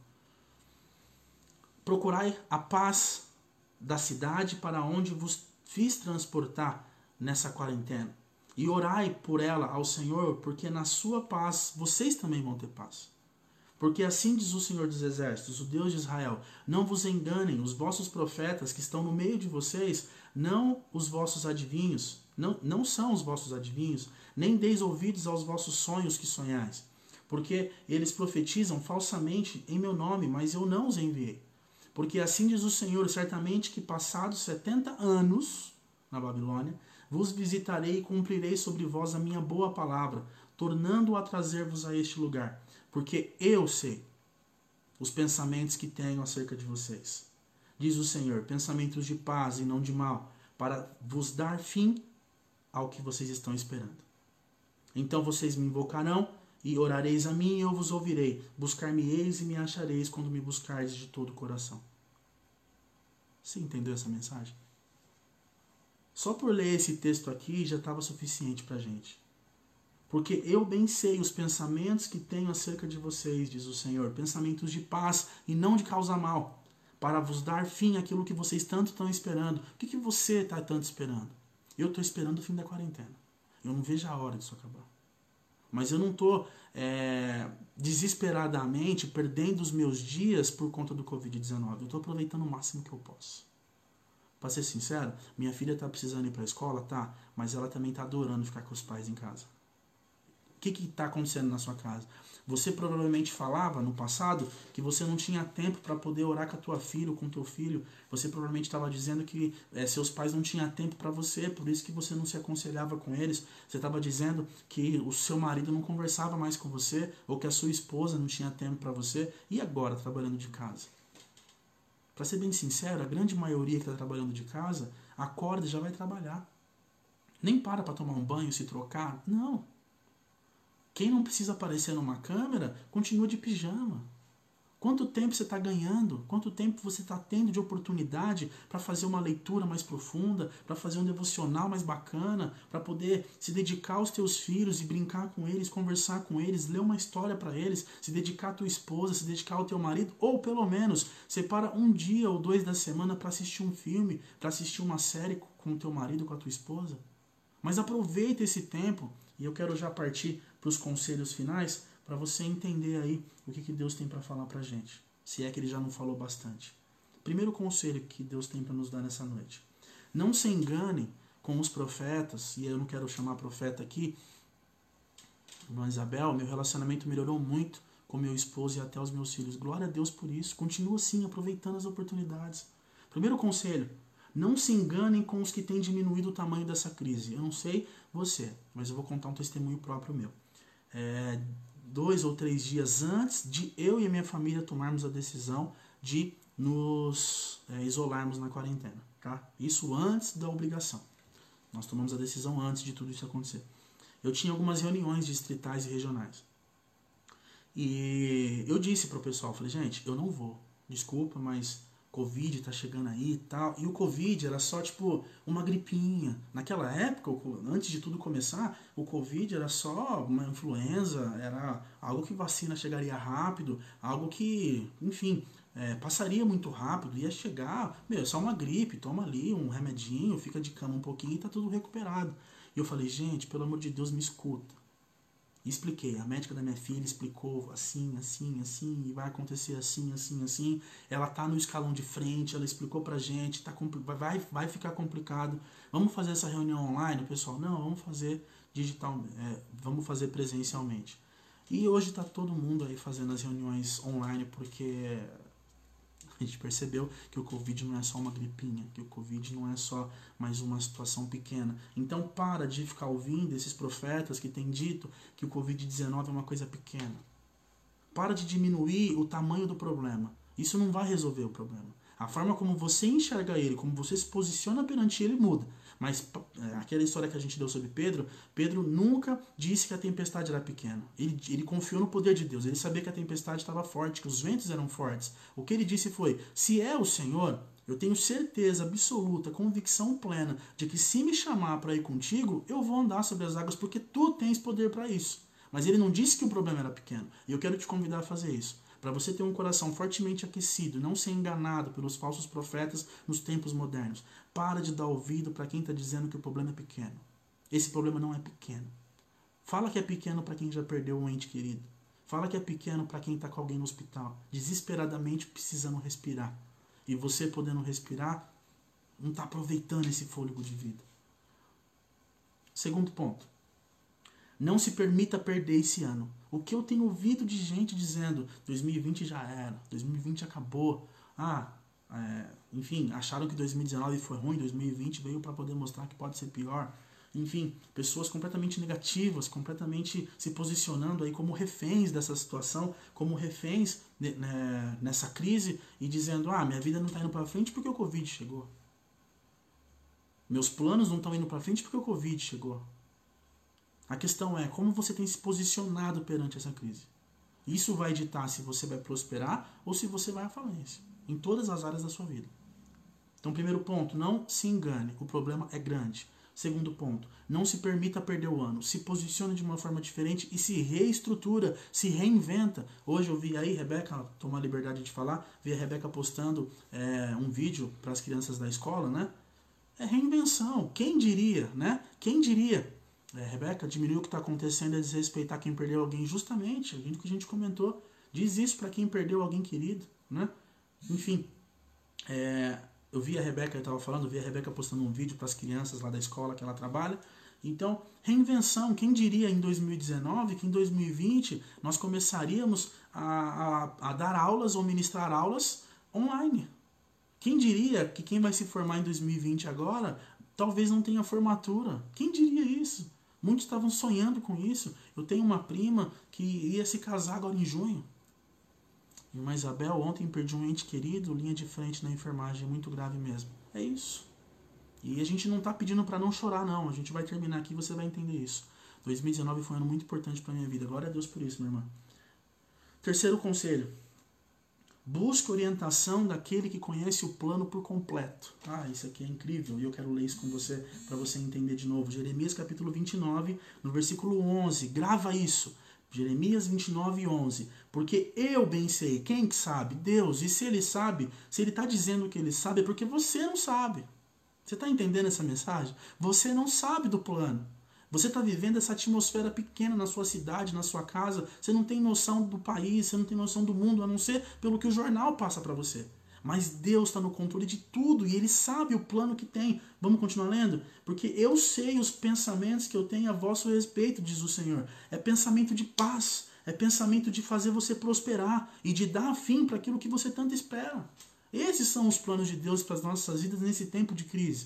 Procurai a paz da cidade para onde vos fiz transportar nessa quarentena, e orai por ela ao Senhor, porque na sua paz vocês também vão ter paz. Porque assim diz o Senhor dos Exércitos, o Deus de Israel, não vos enganem, os vossos profetas que estão no meio de vocês, não os vossos adivinhos, não, não são os vossos adivinhos, nem deis ouvidos aos vossos sonhos que sonhais, porque eles profetizam falsamente em meu nome, mas eu não os enviei. Porque assim diz o Senhor, certamente que passados setenta anos na Babilônia, vos visitarei e cumprirei sobre vós a minha boa palavra, tornando-o a trazer-vos a este lugar. Porque eu sei os pensamentos que tenho acerca de vocês. Diz o Senhor, pensamentos de paz e não de mal, para vos dar fim ao que vocês estão esperando. Então vocês me invocarão e orareis a mim e eu vos ouvirei. Buscar-me-eis e me achareis quando me buscardes de todo o coração. Você entendeu essa mensagem? Só por ler esse texto aqui já estava suficiente para a gente. Porque eu bem sei os pensamentos que tenho acerca de vocês, diz o Senhor, pensamentos de paz e não de causar mal, para vos dar fim àquilo que vocês tanto estão esperando. O que, que você está tanto esperando? Eu estou esperando o fim da quarentena. Eu não vejo a hora disso acabar. Mas eu não estou é, desesperadamente perdendo os meus dias por conta do covid dezenove. Eu estou aproveitando o máximo que eu posso. Para ser sincero, minha filha está precisando ir para a escola, tá? Mas ela também está adorando ficar com os pais em casa. O que está acontecendo na sua casa? Você provavelmente falava no passado que você não tinha tempo para poder orar com a tua filha ou com o teu filho. Você provavelmente estava dizendo que é, seus pais não tinham tempo para você, por isso que você não se aconselhava com eles. Você estava dizendo que o seu marido não conversava mais com você, ou que a sua esposa não tinha tempo para você. E agora, trabalhando de casa? Para ser bem sincero, a grande maioria que está trabalhando de casa, acorda e já vai trabalhar. Nem para para tomar um banho, se trocar. Não. Quem não precisa aparecer numa câmera, continua de pijama. Quanto tempo você está ganhando? Quanto tempo você está tendo de oportunidade para fazer uma leitura mais profunda, para fazer um devocional mais bacana, para poder se dedicar aos teus filhos e brincar com eles, conversar com eles, ler uma história para eles, se dedicar à tua esposa, se dedicar ao teu marido, ou pelo menos separa um dia ou dois da semana para assistir um filme, para assistir uma série com o teu marido, com a tua esposa. Mas aproveita esse tempo, e eu quero já partir para os conselhos finais, para você entender aí o que, que Deus tem para falar para a gente, se é que Ele já não falou bastante. Primeiro conselho que Deus tem para nos dar nessa noite: não se enganem com os profetas, e eu não quero chamar profeta aqui, irmã Isabel, meu relacionamento melhorou muito com meu esposo e até os meus filhos. Glória a Deus por isso. Continua assim, aproveitando as oportunidades. Primeiro conselho: não se enganem com os que têm diminuído o tamanho dessa crise. Eu não sei você, mas eu vou contar um testemunho próprio meu. É, dois ou três dias antes de eu e a minha família tomarmos a decisão de nos é, isolarmos na quarentena, tá? Isso antes da obrigação. Nós tomamos a decisão antes de tudo isso acontecer. Eu tinha algumas reuniões distritais e regionais. E eu disse pro pessoal, falei, gente, eu não vou. Desculpa, mas Covid tá chegando aí e tal. E o Covid era só, tipo, uma gripinha. Naquela época, antes de tudo começar, o Covid era só uma influenza, era algo que vacina chegaria rápido, algo que, enfim, é, passaria muito rápido, ia chegar, meu, só uma gripe, toma ali um remedinho, fica de cama um pouquinho e tá tudo recuperado. E eu falei, gente, pelo amor de Deus, me escuta. E expliquei, a médica da minha filha explicou assim, assim, assim, e vai acontecer assim, assim, assim. Ela tá no escalão de frente, ela explicou pra gente, tá, vai, vai ficar complicado. Vamos fazer essa reunião online, pessoal? Não, vamos fazer digital, é, vamos fazer presencialmente. E hoje tá todo mundo aí fazendo as reuniões online, porque a gente percebeu que o Covid não é só uma gripinha, que o Covid não é só mais uma situação pequena. Então para de ficar ouvindo esses profetas que têm dito que o Covid dezenove é uma coisa pequena. Para de diminuir o tamanho do problema. Isso não vai resolver o problema. A forma como você enxerga ele, como você se posiciona perante ele muda. Mas aquela história que a gente deu sobre Pedro, Pedro nunca disse que a tempestade era pequena. Ele, ele confiou no poder de Deus. Ele sabia que a tempestade estava forte, que os ventos eram fortes. O que ele disse foi, se é o Senhor, eu tenho certeza absoluta, convicção plena, de que se me chamar para ir contigo, eu vou andar sobre as águas, porque tu tens poder para isso. Mas ele não disse que o problema era pequeno. E eu quero te convidar a fazer isso. Para você ter um coração fortemente aquecido, não ser enganado pelos falsos profetas nos tempos modernos. Para de dar ouvido para quem está dizendo que o problema é pequeno. Esse problema não é pequeno. Fala que é pequeno para quem já perdeu um ente querido. Fala que é pequeno para quem está com alguém no hospital, desesperadamente precisando respirar. E você podendo respirar, não está aproveitando esse fôlego de vida. Segundo ponto. Não se permita perder esse ano. O que eu tenho ouvido de gente dizendo dois mil e vinte já era, dois mil e vinte acabou. Ah, é, enfim, acharam que dois mil e dezenove foi ruim, dois mil e vinte veio para poder mostrar que pode ser pior. Enfim, pessoas completamente negativas, completamente se posicionando aí como reféns dessa situação, como reféns né, nessa crise e dizendo, ah, minha vida não está indo para frente porque o Covid chegou. Meus planos não estão indo para frente porque o Covid chegou. A questão é como você tem se posicionado perante essa crise. Isso vai ditar se você vai prosperar ou se você vai à falência, em todas as áreas da sua vida. Então, primeiro ponto, não se engane, o problema é grande. Segundo ponto, não se permita perder o ano, se posicione de uma forma diferente e se reestrutura, se reinventa. Hoje eu vi aí, Rebeca, tomar a liberdade de falar, vi a Rebeca postando é, um vídeo para as crianças da escola, né? É reinvenção, quem diria, né? Quem diria? É, Rebeca, diminuir o que está acontecendo é desrespeitar quem perdeu alguém, justamente, o que a gente comentou. Diz isso para quem perdeu alguém querido, né? Enfim, é, eu vi a Rebeca, eu estava falando, eu vi a Rebeca postando um vídeo para as crianças lá da escola que ela trabalha. Então, reinvenção, quem diria em dois mil e dezenove que em dois mil e vinte nós começaríamos a, a, a dar aulas ou ministrar aulas online? Quem diria que quem vai se formar em dois mil e vinte agora talvez não tenha formatura? Quem diria isso? Muitos estavam sonhando com isso. Eu tenho uma prima que ia se casar agora em junho. Irmã Isabel, ontem perdi um ente querido, linha de frente na enfermagem, muito grave mesmo. É isso. E a gente não está pedindo para não chorar, não. A gente vai terminar aqui e você vai entender isso. dois mil e dezenove foi um ano muito importante para minha vida. Glória a Deus por isso, minha irmã. Terceiro conselho. Busque orientação daquele que conhece o plano por completo. Ah, isso aqui é incrível e eu quero ler isso com você para você entender de novo. Jeremias capítulo vinte e nove, no versículo onze. Grava isso. Jeremias vinte e nove, onze. Porque eu bem sei. Quem que sabe? Deus. E se ele sabe, se ele está dizendo que ele sabe, é porque você não sabe. Você está entendendo essa mensagem? Você não sabe do plano. Você está vivendo essa atmosfera pequena na sua cidade, na sua casa. Você não tem noção do país, você não tem noção do mundo, a não ser pelo que o jornal passa para você. Mas Deus está no controle de tudo e Ele sabe o plano que tem. Vamos continuar lendo? Porque eu sei os pensamentos que eu tenho a vosso respeito, diz o Senhor. É pensamento de paz, é pensamento de fazer você prosperar e de dar fim para aquilo que você tanto espera. Esses são os planos de Deus para as nossas vidas nesse tempo de crise.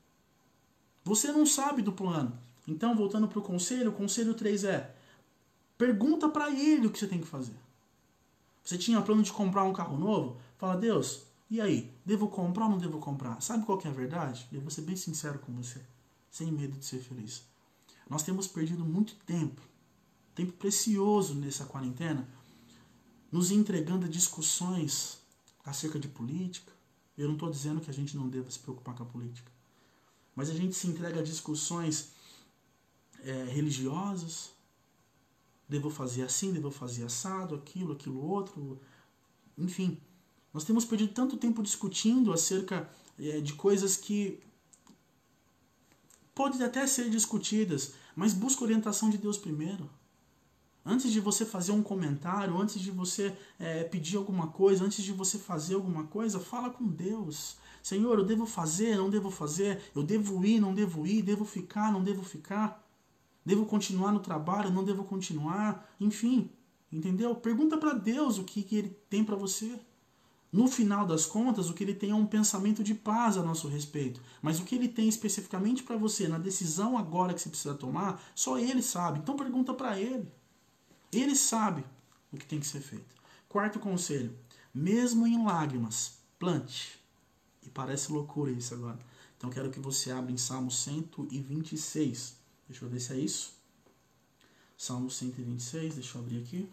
Você não sabe do plano. Então, voltando para o conselho, o conselho três é: pergunta para ele o que você tem que fazer. Você tinha plano de comprar um carro novo? Fala, Deus, E aí, devo comprar ou não devo comprar? Sabe qual que é a verdade? Eu vou ser bem sincero com você, sem medo de ser feliz. Nós temos perdido muito tempo, tempo precioso nessa quarentena, nos entregando a discussões acerca de política. Eu não estou dizendo que a gente não deva se preocupar com a política, mas a gente se entrega a discussões é, religiosas. Devo fazer assim, devo fazer assado, aquilo, aquilo outro. Enfim, nós temos perdido tanto tempo discutindo acerca é, de coisas que podem até ser discutidas, mas busca a orientação de Deus primeiro. Antes de você fazer um comentário, antes de você é, pedir alguma coisa, antes de você fazer alguma coisa, fala com Deus. Senhor, eu devo fazer, não devo fazer? Eu devo ir, não devo ir? Devo ficar, não devo ficar? Devo continuar no trabalho, não devo continuar? Enfim, entendeu? Pergunta para Deus o que, que Ele tem para você. No final das contas, o que Ele tem é um pensamento de paz a nosso respeito. Mas o que Ele tem especificamente para você, na decisão agora que você precisa tomar, só Ele sabe. Então pergunta para Ele. Ele sabe o que tem que ser feito. Quarto conselho. Mesmo em lágrimas, plante. E parece loucura isso agora. Então quero que você abra em Salmo cento e vinte e seis. Deixa eu ver se é isso. Salmo cento e vinte e seis, deixa eu abrir aqui.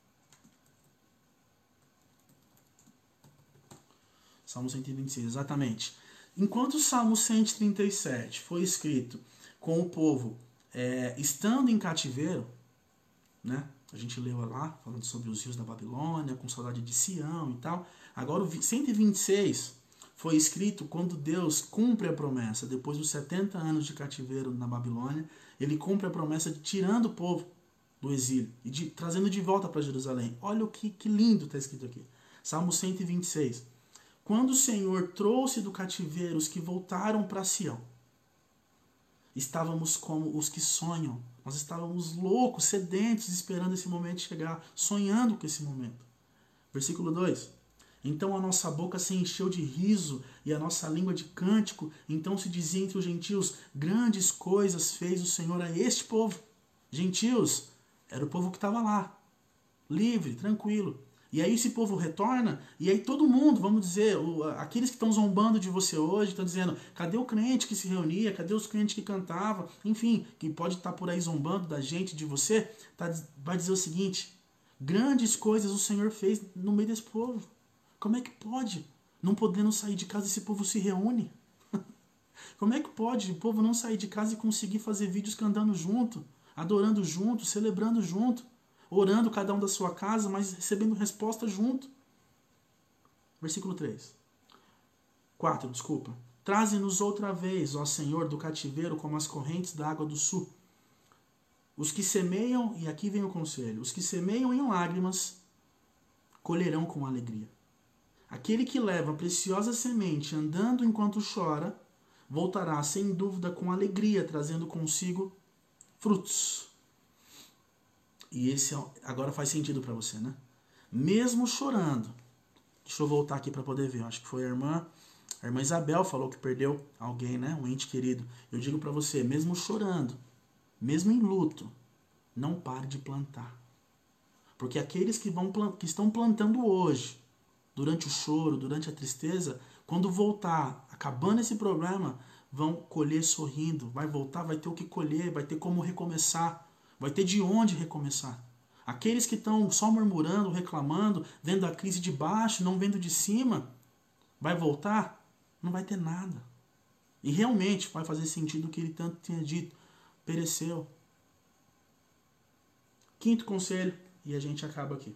Salmo cento e vinte e seis, exatamente. Enquanto o Salmo cento e trinta e sete foi escrito com o povo é, estando em cativeiro, né? A gente leu lá, falando sobre os rios da Babilônia, com saudade de Sião e tal. Agora o cento e vinte e seis foi escrito quando Deus cumpre a promessa. Depois dos setenta anos de cativeiro na Babilônia, Ele cumpre a promessa de tirando o povo do exílio e de, trazendo de volta para Jerusalém. Olha o que, que lindo está escrito aqui. Salmo cento e vinte e seis. Quando o Senhor trouxe do cativeiro os que voltaram para Sião, estávamos como os que sonham. Nós estávamos loucos, sedentos, esperando esse momento chegar, sonhando com esse momento. Versículo dois. Então a nossa boca se encheu de riso e a nossa língua de cântico. Então se dizia entre os gentios, grandes coisas fez o Senhor a este povo. Gentios, era o povo que estava lá, livre, tranquilo. E aí esse povo retorna, e aí todo mundo, vamos dizer, o, aqueles que estão zombando de você hoje, estão dizendo, cadê o crente que se reunia, cadê os crentes que cantavam, enfim, que pode estar por aí zombando da gente, de você, tá, vai dizer o seguinte, grandes coisas o Senhor fez no meio desse povo. Como é que pode? Não podendo sair de casa, esse povo se reúne. Como é que pode o povo não sair de casa e conseguir fazer vídeos cantando junto, adorando junto, celebrando junto? Orando cada um da sua casa, mas recebendo resposta junto. Versículo três. quatro, desculpa. Traze-nos outra vez, ó Senhor, do cativeiro como as correntes da água do sul. Os que semeiam, e aqui vem o conselho, os que semeiam em lágrimas, colherão com alegria. Aquele que leva a preciosa semente andando enquanto chora, voltará sem dúvida com alegria, trazendo consigo frutos. E esse agora faz sentido para você, né? Mesmo chorando. Deixa eu voltar aqui para poder ver. Eu acho que foi a irmã, a irmã Isabel falou que perdeu alguém, né? Um ente querido. Eu digo para você, mesmo chorando, mesmo em luto, não pare de plantar. Porque aqueles que, vão, que estão plantando hoje, durante o choro, durante a tristeza, quando voltar, acabando esse problema, vão colher sorrindo. Vai voltar, vai ter o que colher, vai ter como recomeçar. Vai ter de onde recomeçar. Aqueles que estão só murmurando, reclamando, vendo a crise de baixo, não vendo de cima, vai voltar? Não vai ter nada. E realmente vai fazer sentido o que ele tanto tinha dito. Pereceu. Quinto conselho, e a gente acaba aqui.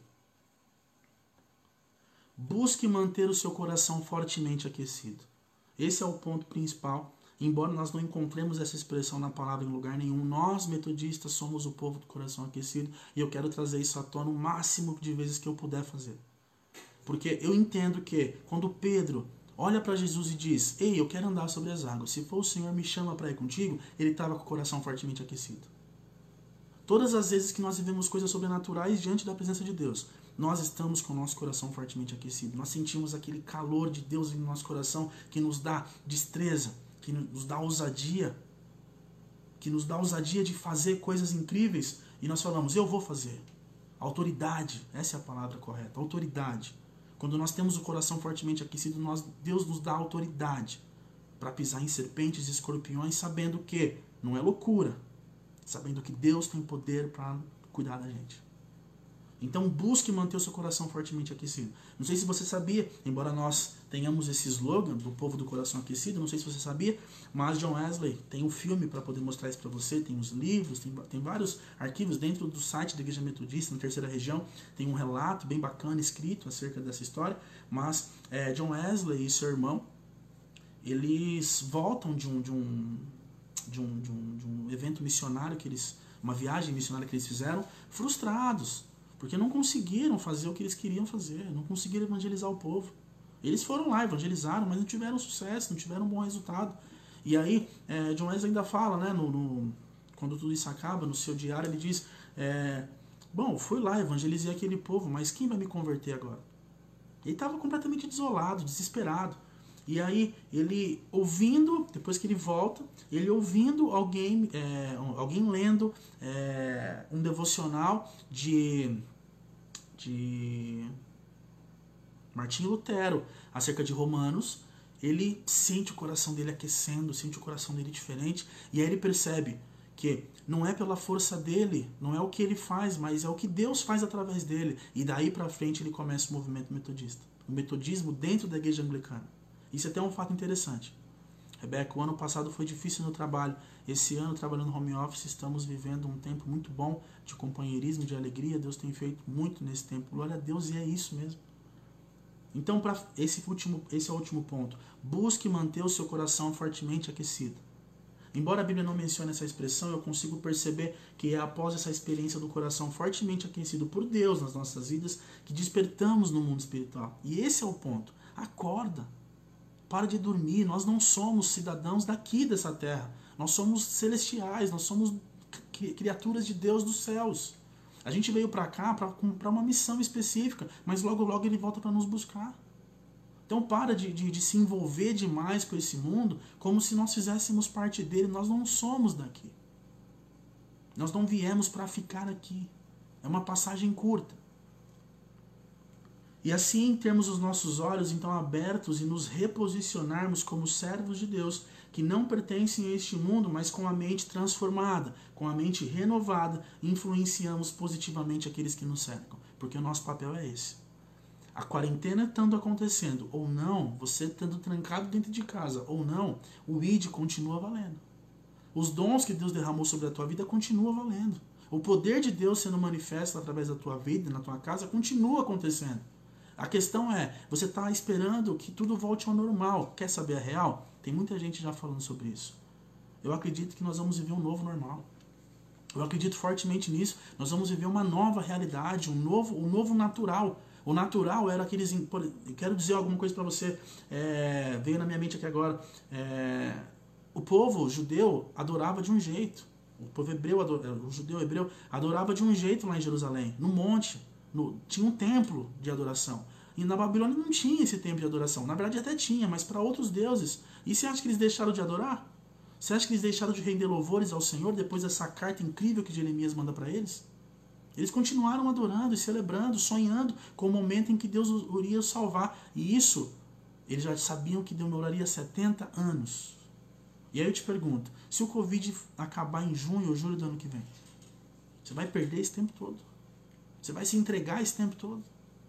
Busque manter o seu coração fortemente aquecido. Esse é o ponto principal. Embora nós não encontremos essa expressão na palavra em lugar nenhum, nós metodistas somos o povo do coração aquecido e eu quero trazer isso à tona o máximo de vezes que eu puder fazer. Porque eu entendo que quando Pedro olha para Jesus e diz, ei, eu quero andar sobre as águas, se for o Senhor me chama para ir contigo, ele estava com o coração fortemente aquecido. Todas as vezes que nós vivemos coisas sobrenaturais diante da presença de Deus, nós estamos com o nosso coração fortemente aquecido. Nós sentimos aquele calor de Deus no nosso coração que nos dá destreza, que nos dá ousadia, que nos dá ousadia de fazer coisas incríveis, e nós falamos, eu vou fazer. Autoridade, essa é a palavra correta, autoridade. Quando nós temos o coração fortemente aquecido, nós, Deus nos dá autoridade para pisar em serpentes e escorpiões, sabendo que não é loucura, sabendo que Deus tem poder para cuidar da gente. Então busque manter o seu coração fortemente aquecido. Não sei se você sabia, embora nós tenhamos esse slogan do povo do coração aquecido, não sei se você sabia, mas John Wesley tem um filme para poder mostrar isso para você, tem os livros, tem, tem vários arquivos dentro do site da Igreja Metodista, na Terceira Região, tem um relato bem bacana escrito acerca dessa história, mas é, John Wesley e seu irmão, eles voltam de um, de um, de um, de um, de um evento missionário, que eles, uma viagem missionária que eles fizeram, frustrados, porque não conseguiram fazer o que eles queriam fazer, não conseguiram evangelizar o povo. Eles foram lá, evangelizaram, mas não tiveram sucesso, não tiveram um bom resultado. E aí, é, John Wesley ainda fala, né, no, no, quando tudo isso acaba, no seu diário, ele diz, é, bom, fui lá, evangelizei aquele povo, mas quem vai me converter agora? Ele estava completamente desolado, desesperado. E aí, ele ouvindo, depois que ele volta, ele ouvindo alguém, é, alguém lendo é, um devocional de, de Martinho Lutero acerca de Romanos, ele sente o coração dele aquecendo, sente o coração dele diferente, e aí ele percebe que não é pela força dele, não é o que ele faz, mas é o que Deus faz através dele. E daí pra frente ele começa o movimento metodista, o metodismo dentro da igreja anglicana. Isso é até um fato interessante. Rebeca, o ano passado foi difícil no trabalho. Esse ano, trabalhando no home office, estamos vivendo um tempo muito bom de companheirismo, de alegria. Deus tem feito muito nesse tempo. Glória a Deus, e é isso mesmo. Então, para esse, último, esse é o último ponto. Busque manter o seu coração fortemente aquecido. Embora a Bíblia não mencione essa expressão, eu consigo perceber que é após essa experiência do coração fortemente aquecido por Deus nas nossas vidas que despertamos no mundo espiritual. E esse é o ponto. Acorda. Para de dormir, nós não somos cidadãos daqui dessa terra. Nós somos celestiais, nós somos criaturas de Deus dos céus. A gente veio para cá para uma missão específica, mas logo logo ele volta para nos buscar. Então para de, de, de se envolver demais com esse mundo como se nós fizéssemos parte dele. Nós não somos daqui. Nós não viemos para ficar aqui. É uma passagem curta. E assim termos os nossos olhos então abertos e nos reposicionarmos como servos de Deus, que não pertencem a este mundo, mas com a mente transformada, com a mente renovada, influenciamos positivamente aqueles que nos cercam, porque o nosso papel é esse. A quarentena estando acontecendo ou não, você estando trancado dentro de casa ou não, o I D continua valendo. Os dons que Deus derramou sobre a tua vida continuam valendo. O poder de Deus sendo manifesto através da tua vida, na tua casa, continua acontecendo. A questão é, você está esperando que tudo volte ao normal. Quer saber a real? Tem muita gente já falando sobre isso. Eu acredito que nós vamos viver um novo normal. Eu acredito fortemente nisso. Nós vamos viver uma nova realidade, um novo, um novo natural. O natural era aqueles... Quero dizer alguma coisa para você. É, veio na minha mente aqui agora. É, o povo judeu adorava de um jeito. O povo hebreu, o judeu hebreu, adorava de um jeito lá em Jerusalém, no monte. No, tinha um templo de adoração. E na Babilônia não tinha esse templo de adoração. Na verdade até tinha, mas para outros deuses. E você acha que eles deixaram de adorar? Você acha que eles deixaram de render louvores ao Senhor depois dessa carta incrível que Jeremias manda para eles? Eles continuaram adorando e celebrando, sonhando com o momento em que Deus iria os salvar. E isso, eles já sabiam que demoraria setenta anos. E aí eu te pergunto, se o Covid acabar em junho ou julho do ano que vem, você vai perder esse tempo todo? Você vai se entregar esse tempo todo?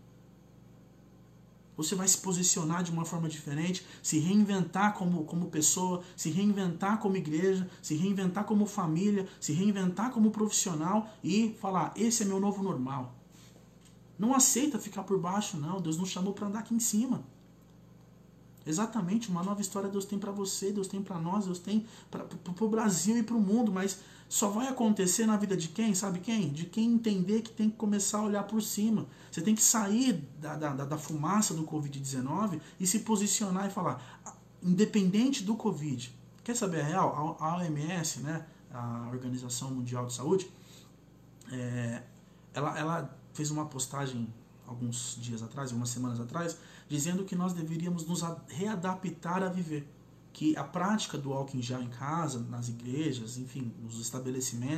Você vai se posicionar de uma forma diferente, se reinventar como, como pessoa, se reinventar como igreja, se reinventar como família, se reinventar como profissional e falar, esse é meu novo normal. Não aceita ficar por baixo, não. Deus nos chamou para andar aqui em cima. Exatamente, uma nova história Deus tem para você, Deus tem para nós, Deus tem para o Brasil e para o mundo, mas só vai acontecer na vida de quem? Sabe quem? De quem entender que tem que começar a olhar por cima. Você tem que sair da, da, da fumaça do covid dezenove e se posicionar e falar, independente do Covid. Quer saber a real? A O M S, né, a Organização Mundial de Saúde, é, ela, ela fez uma postagem alguns dias atrás, algumas semanas atrás, dizendo que nós deveríamos nos readaptar a viver. Que a prática do álcool em gel em casa, nas igrejas, enfim, nos estabelecimentos,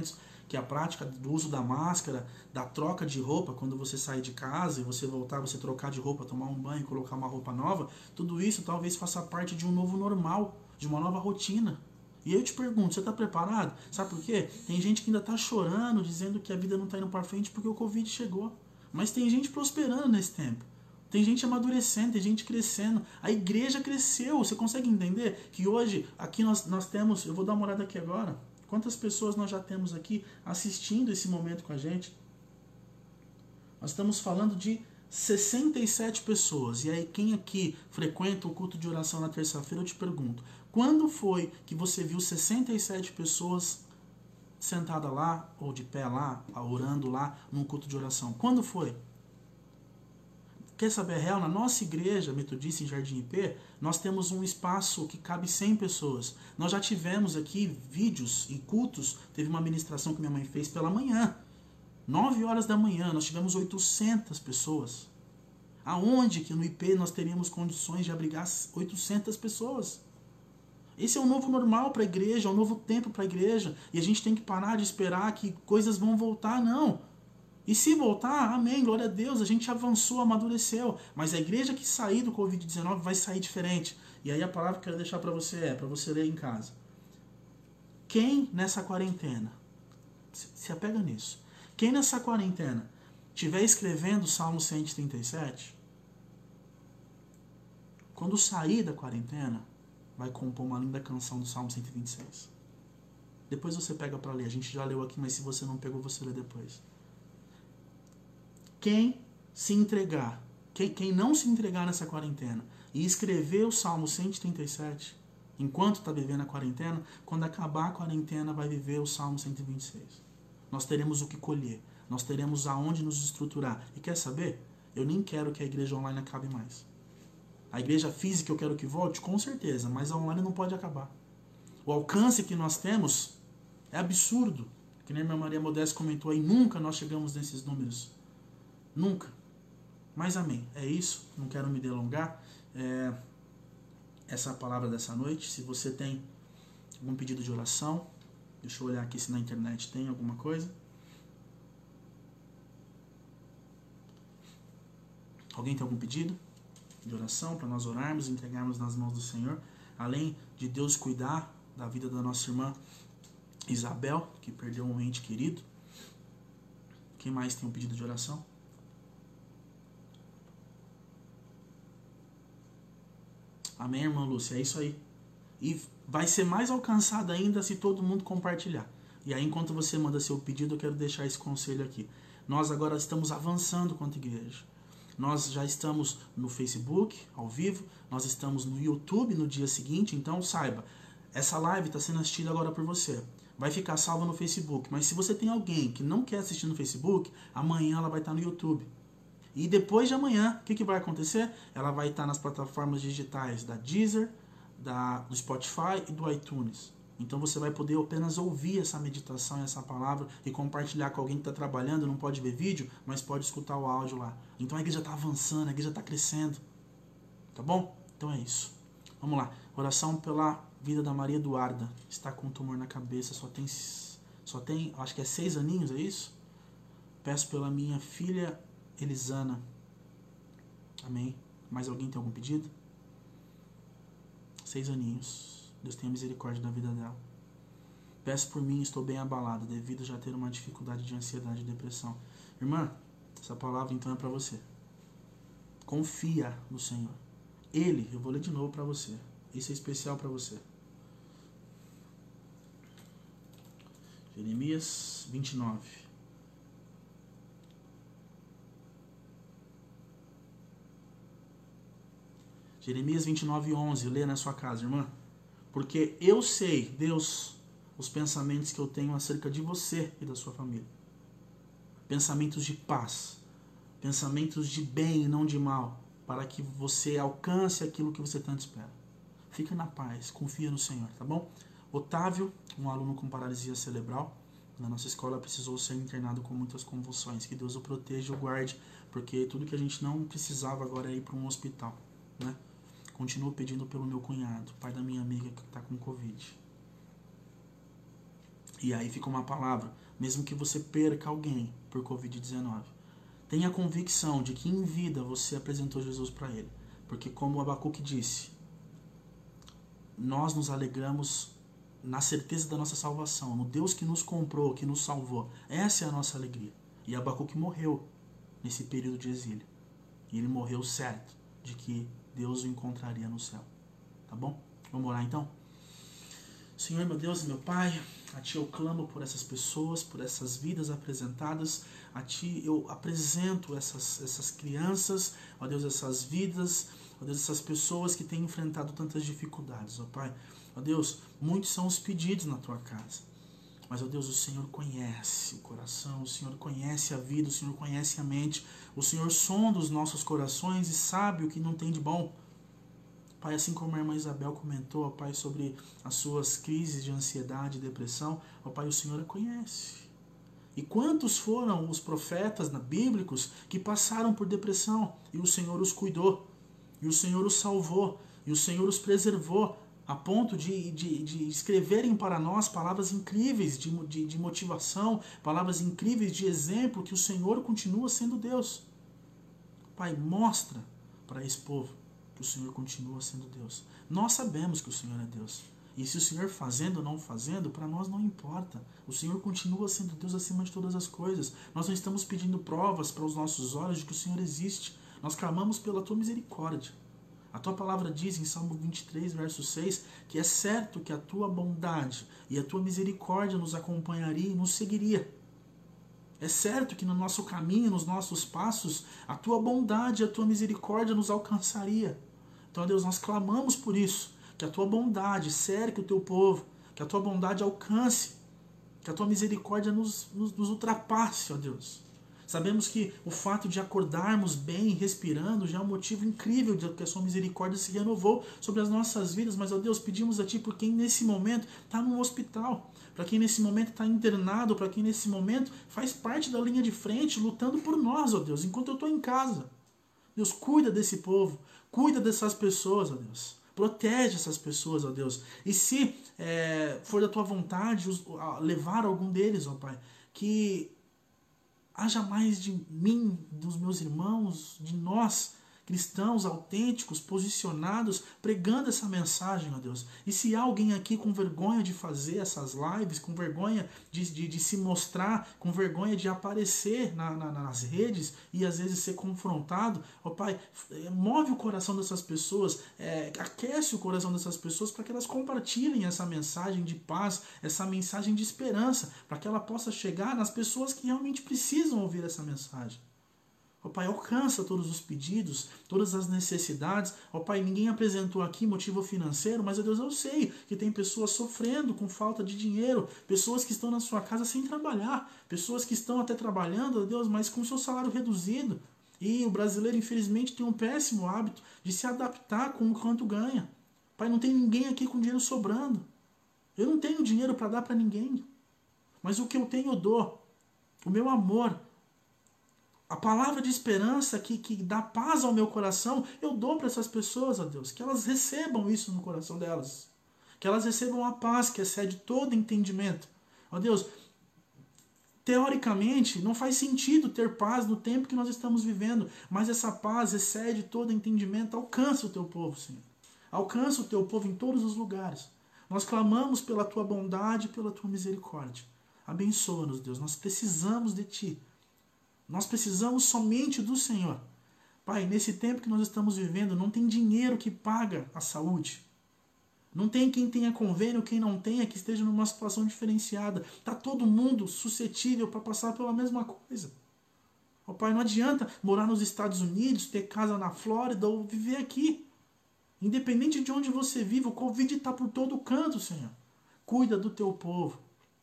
que a prática do uso da máscara, da troca de roupa, quando você sair de casa e você voltar, você trocar de roupa, tomar um banho, colocar uma roupa nova, tudo isso talvez faça parte de um novo normal, de uma nova rotina. E eu te pergunto, você está preparado? Sabe por quê? Tem gente que ainda está chorando, dizendo que a vida não está indo para frente porque o Covid chegou. Mas tem gente prosperando nesse tempo. Tem gente amadurecendo, tem gente crescendo. A igreja cresceu. Você consegue entender que hoje, aqui nós, nós temos... Eu vou dar uma olhada aqui agora. Quantas pessoas nós já temos aqui assistindo esse momento com a gente? Nós estamos falando de sessenta e sete pessoas. E aí, quem aqui frequenta o culto de oração na terça-feira, eu te pergunto. Quando foi que você viu sessenta e sete pessoas sentadas lá, ou de pé lá, orando lá, num culto de oração? Quando foi? Quer saber a real? Na nossa igreja metodista em Jardim I P, nós temos um espaço que cabe cem pessoas. Nós já tivemos aqui vídeos e cultos. Teve uma ministração que minha mãe fez pela manhã. nove horas da manhã, nós tivemos oitocentas pessoas. Aonde que no I P nós teríamos condições de abrigar oitocentas pessoas? Esse é um novo normal para a igreja, é um novo tempo para a igreja. E a gente tem que parar de esperar que coisas vão voltar, não. E se voltar, amém, glória a Deus, a gente avançou, amadureceu. Mas a igreja que sair do covid dezenove vai sair diferente. E aí a palavra que eu quero deixar para você é, para você ler em casa. Quem nessa quarentena, se apega nisso, quem nessa quarentena estiver escrevendo o Salmo cento e trinta e sete, quando sair da quarentena, vai compor uma linda canção do Salmo cento e vinte e seis. Depois você pega para ler, a gente já leu aqui, mas se você não pegou, você lê depois. Quem se entregar, quem, quem não se entregar nessa quarentena e escrever o Salmo cento e trinta e sete, enquanto está vivendo a quarentena, quando acabar a quarentena vai viver o Salmo cento e vinte e seis. Nós teremos o que colher, nós teremos aonde nos estruturar. E quer saber? Eu nem quero que a igreja online acabe mais. A igreja física eu quero que volte, com certeza, mas a online não pode acabar. O alcance que nós temos é absurdo. Que nem a irmã Maria Modeste comentou aí, nunca nós chegamos nesses números. Nunca. Mas amém. É isso. Não quero me delongar. É... Essa é a palavra dessa noite. Se você tem algum pedido de oração, deixa eu olhar aqui se na internet tem alguma coisa. Alguém tem algum pedido de oração para nós orarmos e entregarmos nas mãos do Senhor? Além de Deus cuidar da vida da nossa irmã Isabel, que perdeu um ente querido. Quem mais tem um pedido de oração? Amém, irmã Lúcia? É isso aí. E vai ser mais alcançado ainda se todo mundo compartilhar. E aí, enquanto você manda seu pedido, eu quero deixar esse conselho aqui. Nós agora estamos avançando quanto igreja. Nós já estamos no Facebook, ao vivo. Nós estamos no YouTube no dia seguinte. Então, saiba, essa live está sendo assistida agora por você. Vai ficar salva no Facebook. Mas se você tem alguém que não quer assistir no Facebook, amanhã ela vai estar no YouTube. E depois de amanhã, o que, que vai acontecer? Ela vai estar nas plataformas digitais da Deezer, da, do Spotify e do iTunes. Então você vai poder apenas ouvir essa meditação e essa palavra e compartilhar com alguém que está trabalhando, não pode ver vídeo, mas pode escutar o áudio lá. Então a igreja está avançando, a igreja está crescendo. Tá bom? Então é isso. Vamos lá. Oração pela vida da Maria Eduarda. Está com um tumor na cabeça, só tem, só tem, acho que é seis aninhos, é isso? Peço pela minha filha Elisana. Amém. Mais alguém tem algum pedido? Seis aninhos. Deus tenha misericórdia da vida dela. Peço por mim, estou bem abalado, devido já ter uma dificuldade de ansiedade e depressão. Irmã, essa palavra então é para você. Confia no Senhor. Ele, eu vou ler de novo para você. Isso é especial para você. Jeremias vinte e nove. Jeremias vinte e nove, onze. Lê na sua casa, irmã. Porque eu sei, Deus, os pensamentos que eu tenho acerca de você e da sua família. Pensamentos de paz. Pensamentos de bem e não de mal. Para que você alcance aquilo que você tanto espera. Fica na paz, confia no Senhor, tá bom? Otávio, um aluno com paralisia cerebral, na nossa escola precisou ser internado com muitas convulsões. Que Deus o proteja e o guarde, porque tudo que a gente não precisava agora é ir para um hospital, né? Continuo pedindo pelo meu cunhado, pai da minha amiga que está com Covid. E aí fica uma palavra. mesmo que você perca alguém por covid dezenove. Tenha a convicção de que em vida você apresentou Jesus para ele. Porque como Abacuque disse, nós nos alegramos na certeza da nossa salvação, no Deus que nos comprou, que nos salvou. Essa é a nossa alegria. E Abacuque morreu nesse período de exílio. E ele morreu certo de que Deus o encontraria no céu. Tá bom? Vamos orar então? Senhor, meu Deus e meu Pai, a Ti eu clamo por essas pessoas, por essas vidas apresentadas. A Ti eu apresento essas, essas crianças, ó Deus, essas vidas, ó Deus, essas pessoas que têm enfrentado tantas dificuldades, ó Pai. Ó Deus, muitos são os pedidos na Tua casa. Mas, ó Deus, o Senhor conhece o coração, o Senhor conhece a vida, o Senhor conhece a mente. O Senhor sonda os nossos corações e sabe o que não tem de bom. Pai, assim como a irmã Isabel comentou, ó Pai, sobre as suas crises de ansiedade e depressão, ó Pai, o Senhor a conhece. E quantos foram os profetas bíblicos que passaram por depressão e o Senhor os cuidou, e o Senhor os salvou, e o Senhor os preservou, a ponto de, de, de escreverem para nós palavras incríveis de, de, de motivação, palavras incríveis de exemplo, que o Senhor continua sendo Deus. Pai, mostra para esse povo que o Senhor continua sendo Deus. Nós sabemos que o Senhor é Deus. E se o Senhor fazendo ou não fazendo, para nós não importa. O Senhor continua sendo Deus acima de todas as coisas. Nós não estamos pedindo provas para os nossos olhos de que o Senhor existe. Nós clamamos pela Tua misericórdia. A Tua palavra diz em Salmo vinte e três, verso seis, que é certo que a Tua bondade e a Tua misericórdia nos acompanharia e nos seguiria. É certo que no nosso caminho, nos nossos passos, a Tua bondade e a Tua misericórdia nos alcançaria. Então, Deus, nós clamamos por isso, que a Tua bondade cerque o Teu povo, que a Tua bondade alcance, que a Tua misericórdia nos, nos, nos ultrapasse, ó Deus. Sabemos que o fato de acordarmos bem, respirando, já é um motivo incrível de que a Sua misericórdia se renovou sobre as nossas vidas, mas, ó Deus, pedimos a Ti por quem nesse momento está no hospital, para quem nesse momento está internado, para quem nesse momento faz parte da linha de frente, lutando por nós, ó Deus, enquanto eu estou em casa. Deus, cuida desse povo, cuida dessas pessoas, ó Deus. Protege essas pessoas, ó Deus. E se é, for da Tua vontade os, levar algum deles, ó Pai, que haja mais de mim, dos meus irmãos, de nós, cristãos autênticos, posicionados, pregando essa mensagem, ó Deus. E se há alguém aqui com vergonha de fazer essas lives, com vergonha de, de, de se mostrar, com vergonha de aparecer na, na, nas redes e às vezes ser confrontado, ó Pai, move o coração dessas pessoas, é, aquece o coração dessas pessoas para que elas compartilhem essa mensagem de paz, essa mensagem de esperança, para que ela possa chegar nas pessoas que realmente precisam ouvir essa mensagem. Ó Pai, alcança todos os pedidos, todas as necessidades. Ó Pai, ninguém apresentou aqui motivo financeiro, mas, ó Deus, eu sei que tem pessoas sofrendo com falta de dinheiro, pessoas que estão na sua casa sem trabalhar, pessoas que estão até trabalhando, ó Deus, mas com seu salário reduzido. E o brasileiro, infelizmente, tem um péssimo hábito de se adaptar com o quanto ganha. Pai, não tem ninguém aqui com dinheiro sobrando. Eu não tenho dinheiro para dar para ninguém, mas o que eu tenho eu dou. O meu amor, a palavra de esperança que, que dá paz ao meu coração, eu dou para essas pessoas, ó Deus, que elas recebam isso no coração delas. Que elas recebam a paz que excede todo entendimento. Ó Deus, teoricamente, não faz sentido ter paz no tempo que nós estamos vivendo, mas essa paz excede todo entendimento, alcança o Teu povo, Senhor. Alcança o Teu povo em todos os lugares. Nós clamamos pela Tua bondade e pela Tua misericórdia. Abençoa-nos, Deus, nós precisamos de Ti. Nós precisamos somente do Senhor. Pai, nesse tempo que nós estamos vivendo, não tem dinheiro que paga a saúde. Não tem quem tenha convênio, quem não tenha, que esteja numa situação diferenciada. Está todo mundo suscetível para passar pela mesma coisa. Oh, Pai, não adianta morar nos Estados Unidos, ter casa na Flórida ou viver aqui. Independente de onde você vive, o Covid está por todo canto, Senhor. Cuida do Teu povo.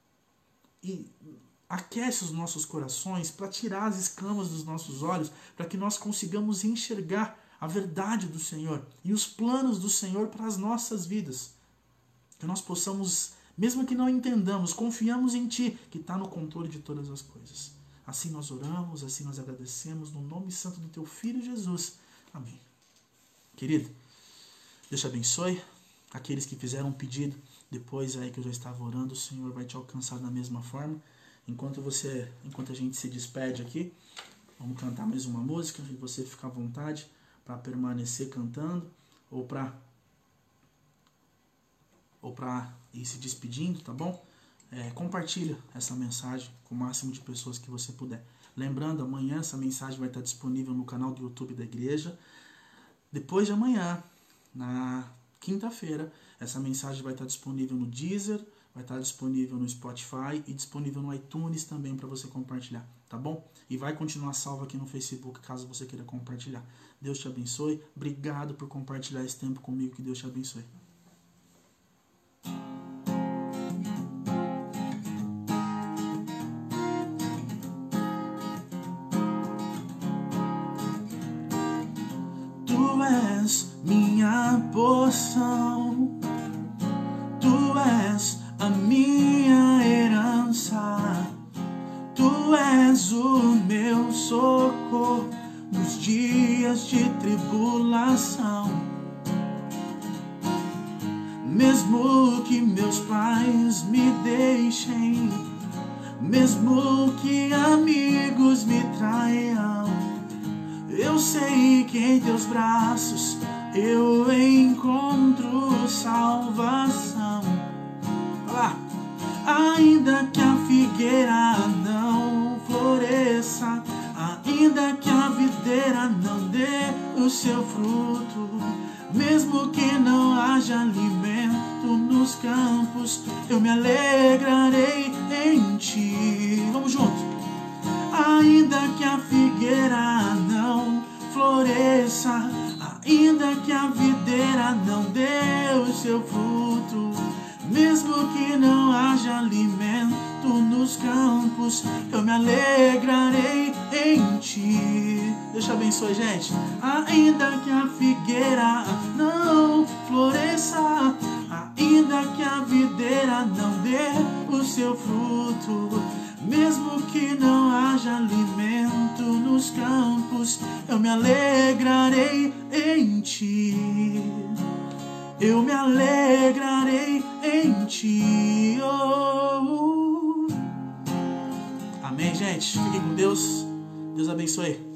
E aquece os nossos corações para tirar as escamas dos nossos olhos, para que nós consigamos enxergar a verdade do Senhor e os planos do Senhor para as nossas vidas. Que nós possamos, mesmo que não entendamos, confiamos em Ti, que está no controle de todas as coisas. Assim nós oramos, assim nós agradecemos, no nome santo do Teu Filho Jesus. Amém. Querido, Deus te abençoe. Aqueles que fizeram um pedido, depois aí que eu já estava orando, o Senhor vai te alcançar da mesma forma. enquanto você, enquanto a gente se despede aqui, vamos cantar mais uma música e você fica à vontade para permanecer cantando ou para ou para ir se despedindo, tá bom? É, compartilha essa mensagem com o máximo de pessoas que você puder. Lembrando, amanhã essa mensagem vai estar disponível no canal do YouTube da igreja. Depois de amanhã, na quinta-feira, essa mensagem vai estar disponível no Deezer, vai estar disponível no Spotify e disponível no iTunes também para você compartilhar, tá bom? E vai continuar salvo aqui no Facebook, caso você queira compartilhar. Deus te abençoe. Obrigado por compartilhar esse tempo comigo. Que Deus te abençoe. Tu és minha porção, Tu és a minha herança, Tu és o meu socorro nos dias de tribulação. Mesmo que meus pais me deixem, mesmo que amigos me traiam, eu sei que em teus braços eu encontro salvação. Ah, ainda que a figueira não floresça, ainda que a videira não dê o seu fruto, mesmo que não haja alimento nos campos, eu me alegrarei em ti. Vamos juntos. Ainda que a figueira não floresça, ainda que a videira não dê o seu fruto, mesmo que não haja alimento nos campos, eu me alegrarei em ti. Deus te abençoe, gente. Ainda que a figueira não floresça, ainda que a videira não dê o seu fruto, mesmo que não haja alimento nos campos, eu me alegrarei em ti. Eu me alegrarei em ti. Oh. Amém, gente? Fiquem com Deus. Deus abençoe.